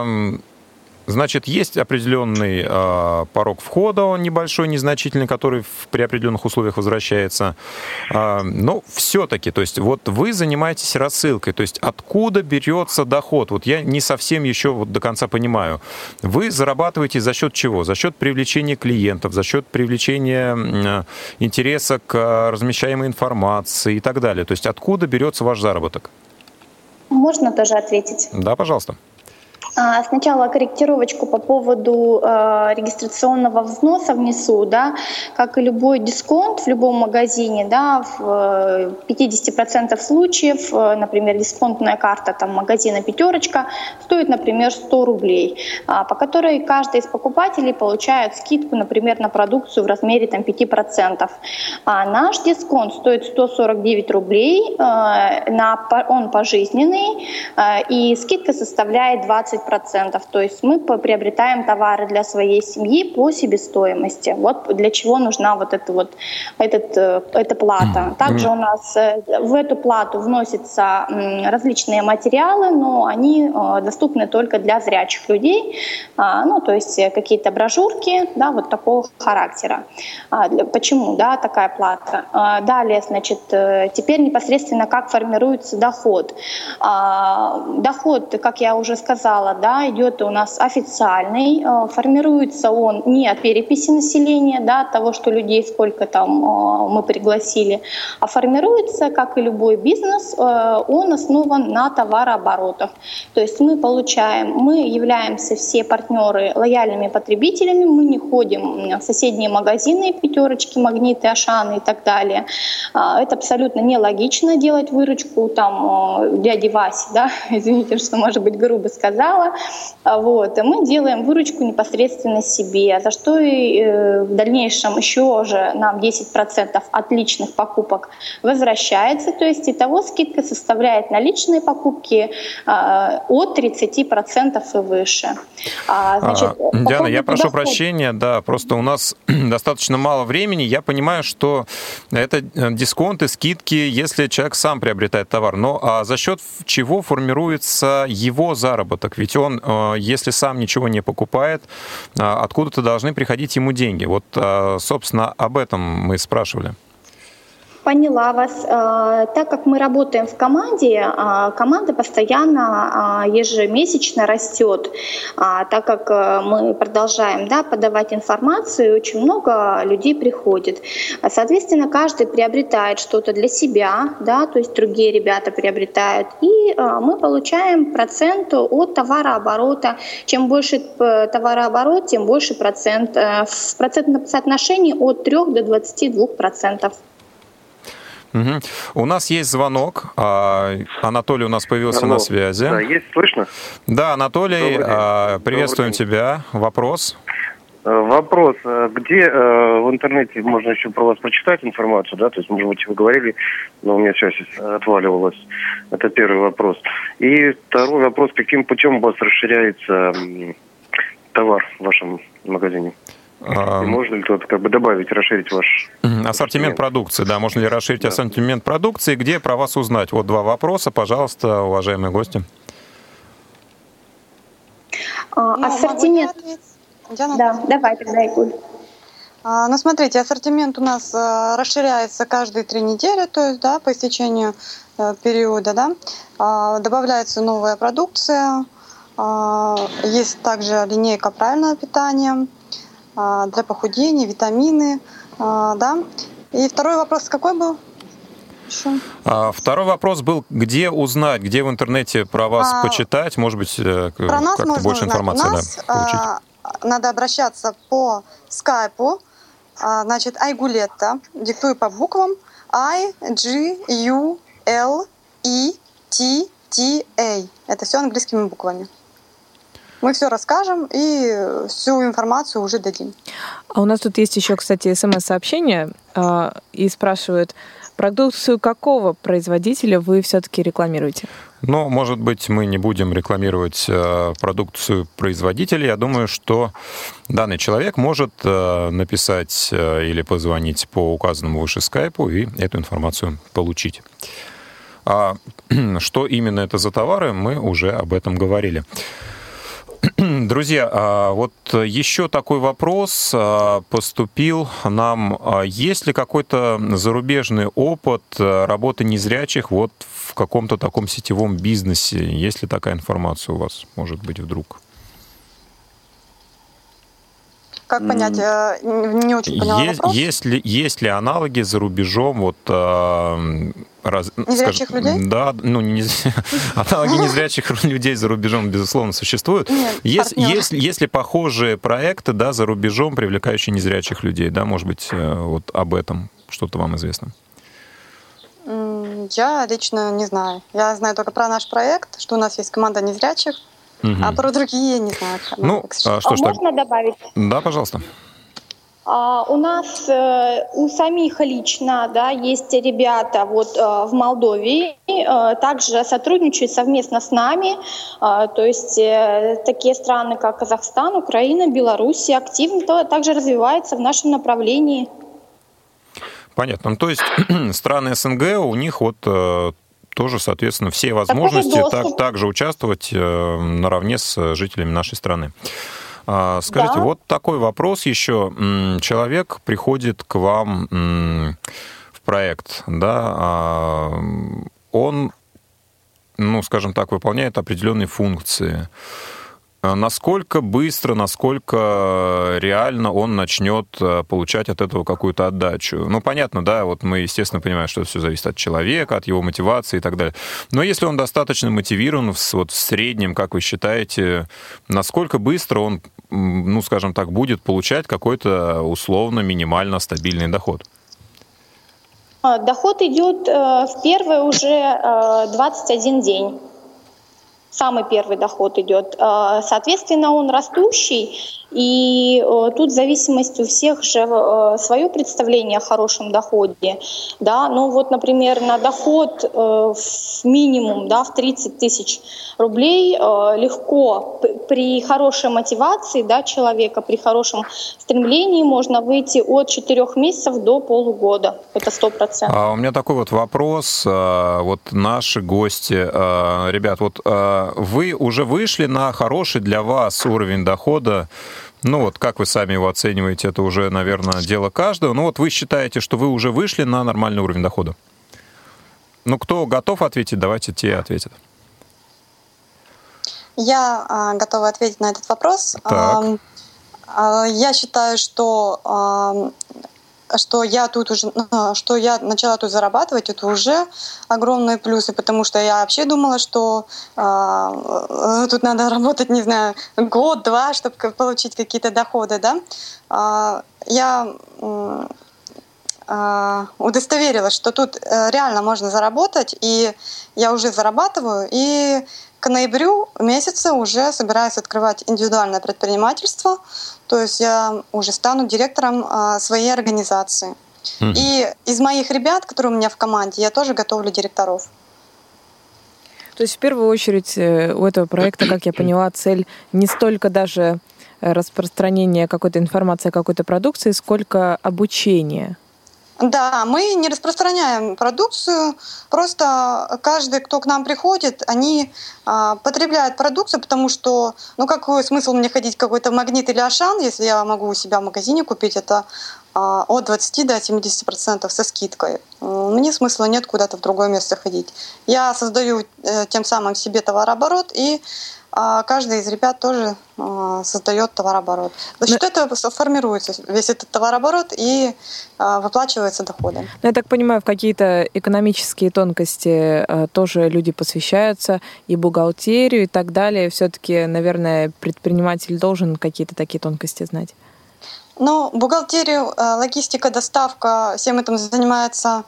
значит, есть определенный порог входа, он небольшой, незначительный, который при определенных условиях возвращается. Но все-таки, то есть вот вы занимаетесь рассылкой, то есть откуда берется доход? Вот я не совсем еще вот до конца понимаю. Вы зарабатываете за счет чего? За счет привлечения клиентов, за счет привлечения интереса к размещаемой информации и так далее. То есть откуда берется ваш заработок? Можно тоже ответить? Да, пожалуйста. Сначала корректировочку по поводу э, регистрационного взноса внесу, да, как и любой дисконт в любом магазине, да, в пятьдесят процентов случаев, э, например, дисконтная карта там, магазина «Пятерочка» стоит, например, сто рублей, э, по которой каждый из покупателей получает скидку, например, на продукцию в размере там, пять процентов. А наш дисконт стоит сто сорок девять рублей, э, на, он пожизненный, э, и скидка составляет двадцать процентов. То есть мы приобретаем товары для своей семьи по себестоимости. Вот для чего нужна вот эта вот этот, эта плата. Также у нас в эту плату вносятся различные материалы, но они доступны только для зрячих людей. Ну, то есть какие-то брошюрки, да, вот такого характера. Почему, да, такая плата? Далее, значит, теперь непосредственно как формируется доход. Доход, как я уже сказала, да, идет у нас официальный, формируется он не от переписи населения, да, от того, что людей сколько там мы пригласили, а формируется, как и любой бизнес, он основан на товарооборотах. То есть мы получаем, мы являемся все партнеры лояльными потребителями, мы не ходим в соседние магазины, «Пятерочки», «Магниты», «Ашаны» и так далее. Это абсолютно нелогично делать выручку там дяди Васи, да, извините, что, может быть, грубо сказала, материала. Вот. И мы делаем выручку непосредственно себе, за что и в дальнейшем еще же нам десять процентов от личных покупок возвращается. То есть итого скидка составляет на личные покупки от тридцати процентов и выше. Значит, а, Диана, я прошу доход... прощения, да, просто у нас достаточно мало времени. Я понимаю, что это дисконты, скидки, если человек сам приобретает товар. Но а за счет чего формируется его заработок? Ведь он, если сам ничего не покупает, откуда-то должны приходить ему деньги. Вот, собственно, об этом мы спрашивали. Поняла вас. Так как мы работаем в команде, команда постоянно ежемесячно растет. Так как мы продолжаем, да, подавать информацию, очень много людей приходит. Соответственно, каждый приобретает что-то для себя, да, то есть другие ребята приобретают. И мы получаем процент от товарооборота. Чем больше товарооборот, тем больше процент. В процентном соотношении от трёх до двадцати двух процентов. Угу. У нас есть звонок. Анатолий у нас появился Алло. На связи. Да, есть, слышно? Да, Анатолий, приветствуем тебя. Вопрос? Вопрос. Где в интернете можно еще про вас прочитать информацию, да? То есть, может быть, вы говорили, но у меня связь отваливалась. Это первый вопрос. И второй вопрос. Каким путем у вас расширяется товар в вашем магазине? И можно ли тут как бы добавить, расширить ваш ассортимент, ассортимент продукции? Да, можно ли расширить да. ассортимент продукции? Где про вас узнать? Вот два вопроса, пожалуйста, уважаемые гости. А, ассортимент. Да, давай тогда, Игуль. А, ну, смотрите, ассортимент у нас а, расширяется каждые три недели, то есть, да, по истечению а, периода, да, а, добавляется новая продукция, а, есть также линейка правильного питания, для похудения, витамины, да. И второй вопрос какой был? Еще? Второй вопрос был, где узнать, где в интернете про вас а, почитать, может быть, про нас как-то больше узнать. информации У нас, да, получить. Надо обращаться по скайпу, значит, Айгулетта, диктую по буквам, I, G, U, L, E, T, T, A. Это все английскими буквами. Мы все расскажем и всю информацию уже дадим. А у нас тут есть еще, кстати, смс-сообщение, э, и спрашивают, продукцию какого производителя вы все-таки рекламируете? Ну, может быть, мы не будем рекламировать э, продукцию производителя. Я думаю, что данный человек может э, написать э, или позвонить по указанному выше скайпу и эту информацию получить. А что именно это за товары, мы уже об этом говорили. Друзья, вот еще такой вопрос поступил нам. Есть ли какой-то зарубежный опыт работы незрячих вот в каком-то таком сетевом бизнесе? Есть ли такая информация у вас, может быть, вдруг? Как понять? Я не очень поняла есть, вопрос. Есть ли, есть ли аналоги за рубежом? Вот, э, раз, незрячих скажем, людей? Да, ну, не, аналоги незрячих людей за рубежом, безусловно, существуют. Нет, есть, есть, есть ли похожие проекты, да, за рубежом, привлекающие незрячих людей? Да, может быть, вот об этом что-то вам известно? Я лично не знаю. Я знаю только про наш проект, что у нас есть команда незрячих. Угу. А про другие не знаю. Ну, а что а ж можно так? добавить? Да, пожалуйста. А, у нас э, у самих лично, да, есть ребята вот э, в Молдове, э, также сотрудничают совместно с нами. Э, то есть э, такие страны, как Казахстан, Украина, Беларусь активно то, также развиваются в нашем направлении. Понятно. Ну, то есть страны СНГ, у них вот э, тоже, соответственно, все возможности так, также участвовать э, наравне с жителями нашей страны. А, скажите, да. Вот такой вопрос еще. Человек приходит к вам в проект, да, а он, ну, скажем так, выполняет определенные функции. Насколько быстро, насколько реально он начнет получать от этого какую-то отдачу? Ну, понятно, да, вот мы, естественно, понимаем, что все зависит от человека, от его мотивации и так далее. Но если он достаточно мотивирован, вот в среднем, как вы считаете, насколько быстро он, ну, скажем так, будет получать какой-то условно минимально стабильный доход? Доход идет в первый уже двадцать один день. самый первый доход идет. Соответственно, он растущий, и тут в зависимости у всех же свое представление о хорошем доходе. Да? Ну вот, например, на доход в минимум, да, в тридцать тысяч рублей легко при хорошей мотивации, да, человека, при хорошем стремлении можно выйти от четырех месяцев до полугода. Это сто процентов. А у меня такой вот вопрос. Вот наши гости, ребят, вот вы уже вышли на хороший для вас уровень дохода. Ну вот, как вы сами его оцениваете, это уже, наверное, дело каждого. Ну вот вы считаете, что вы уже вышли на нормальный уровень дохода? Ну, кто готов ответить, давайте те ответят. Я а, готова ответить на этот вопрос. А, а, я считаю, что, а, что я тут уже, что я начала тут зарабатывать, это уже огромные плюсы, потому что я вообще думала, что а, тут надо работать, не знаю, год-два, чтобы получить какие-то доходы, да. А, я а, удостоверилась, что тут реально можно заработать, и я уже зарабатываю, и к ноябрю месяца уже собираюсь открывать индивидуальное предпринимательство, то есть я уже стану директором а, своей организации. Mm-hmm. И из моих ребят, которые у меня в команде, я тоже готовлю директоров. То есть в первую очередь у этого проекта, как я поняла, цель не столько даже распространение какой-то информации о какой-то продукции, сколько обучение. Да, мы не распространяем продукцию, просто каждый, кто к нам приходит, они а, потребляют продукцию, потому что, ну какой смысл мне ходить в какой-то Магнит или Ашан, если я могу у себя в магазине купить это а, от двадцати до семидесяти процентов со скидкой. Мне смысла нет куда-то в другое место ходить. Я создаю э, тем самым себе товарооборот, и а каждый из ребят тоже а, создает товарооборот. За счет этого формируется весь этот товарооборот и а, выплачиваются доходы. Но я так понимаю, в какие-то экономические тонкости а, тоже люди посвящаются, и бухгалтерию, и так далее. Все-таки, наверное, предприниматель должен какие-то такие тонкости знать. Ну, бухгалтерию, логистика, доставка, всем этим занимается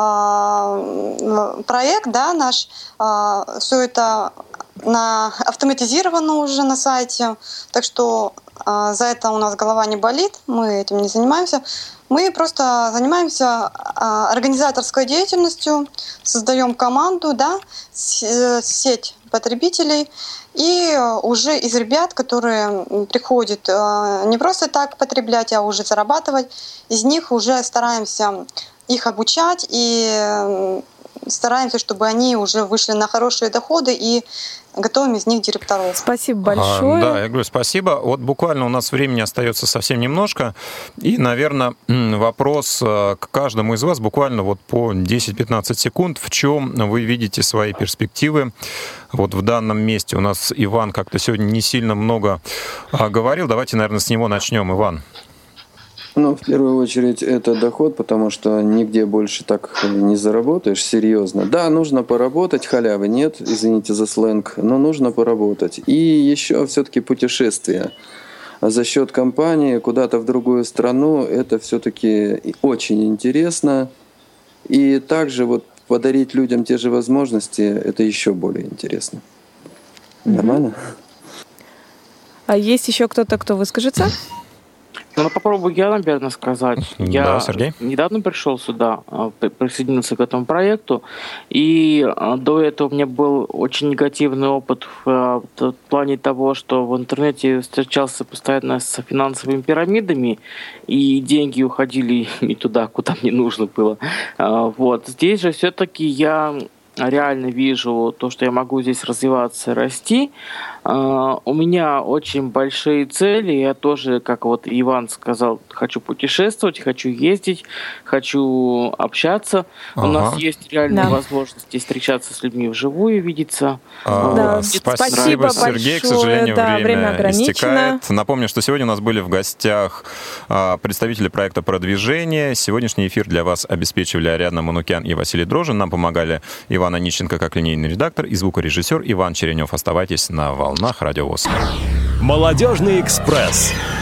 э, проект, да, наш. Э, все это на, автоматизировано уже на сайте, так что э, за это у нас голова не болит, мы этим не занимаемся. Мы просто занимаемся э, организаторской деятельностью, создаем команду, да, сеть потребителей. И уже из ребят, которые приходят не просто так потреблять, а уже зарабатывать, из них уже стараемся их обучать и стараемся, чтобы они уже вышли на хорошие доходы и готовим из них директоров. Спасибо большое. А, да, я говорю спасибо. Вот буквально у нас времени остается совсем немножко. И, наверное, вопрос к каждому из вас буквально вот по десять-пятнадцать секунд. В чем вы видите свои перспективы вот в данном месте? У нас Иван как-то сегодня не сильно много говорил. Давайте, наверное, с него начнем. Иван. Ну, в первую очередь, это доход, потому что нигде больше так не заработаешь серьезно. Да, нужно поработать, халявы нет, извините за сленг, но нужно поработать. И еще все-таки путешествия. За счет компании куда-то в другую страну, это все-таки очень интересно. И также вот подарить людям те же возможности, это еще более интересно. Mm-hmm. Нормально? А есть еще кто-то, кто выскажется? Ну, попробую я, наверное, сказать. Я да, Сергей? недавно пришел сюда, присоединился к этому проекту, и до этого у меня был очень негативный опыт в, в плане того, что в интернете встречался постоянно с финансовыми пирамидами, и деньги уходили не туда, куда мне нужно было. Вот. Здесь же все-таки я реально вижу то, что я могу здесь развиваться, расти. Uh, у меня очень большие цели. Я тоже, как вот Иван сказал, хочу путешествовать, хочу ездить, хочу общаться. Ага. У нас есть реальные да. возможности встречаться с людьми вживую, видеться. А, да. Спасибо, Сергей. Большое. К сожалению, да, время, время истекает. Напомню, что сегодня у нас были в гостях представители проекта «Продвижение». Сегодняшний эфир для вас обеспечивали Ариадна Манукян и Василий Дрожжин. Нам помогали Иван Онищенко как линейный редактор и звукорежиссер Иван Черенев. Оставайтесь на волнах Радио ВОС. Молодежный экспресс.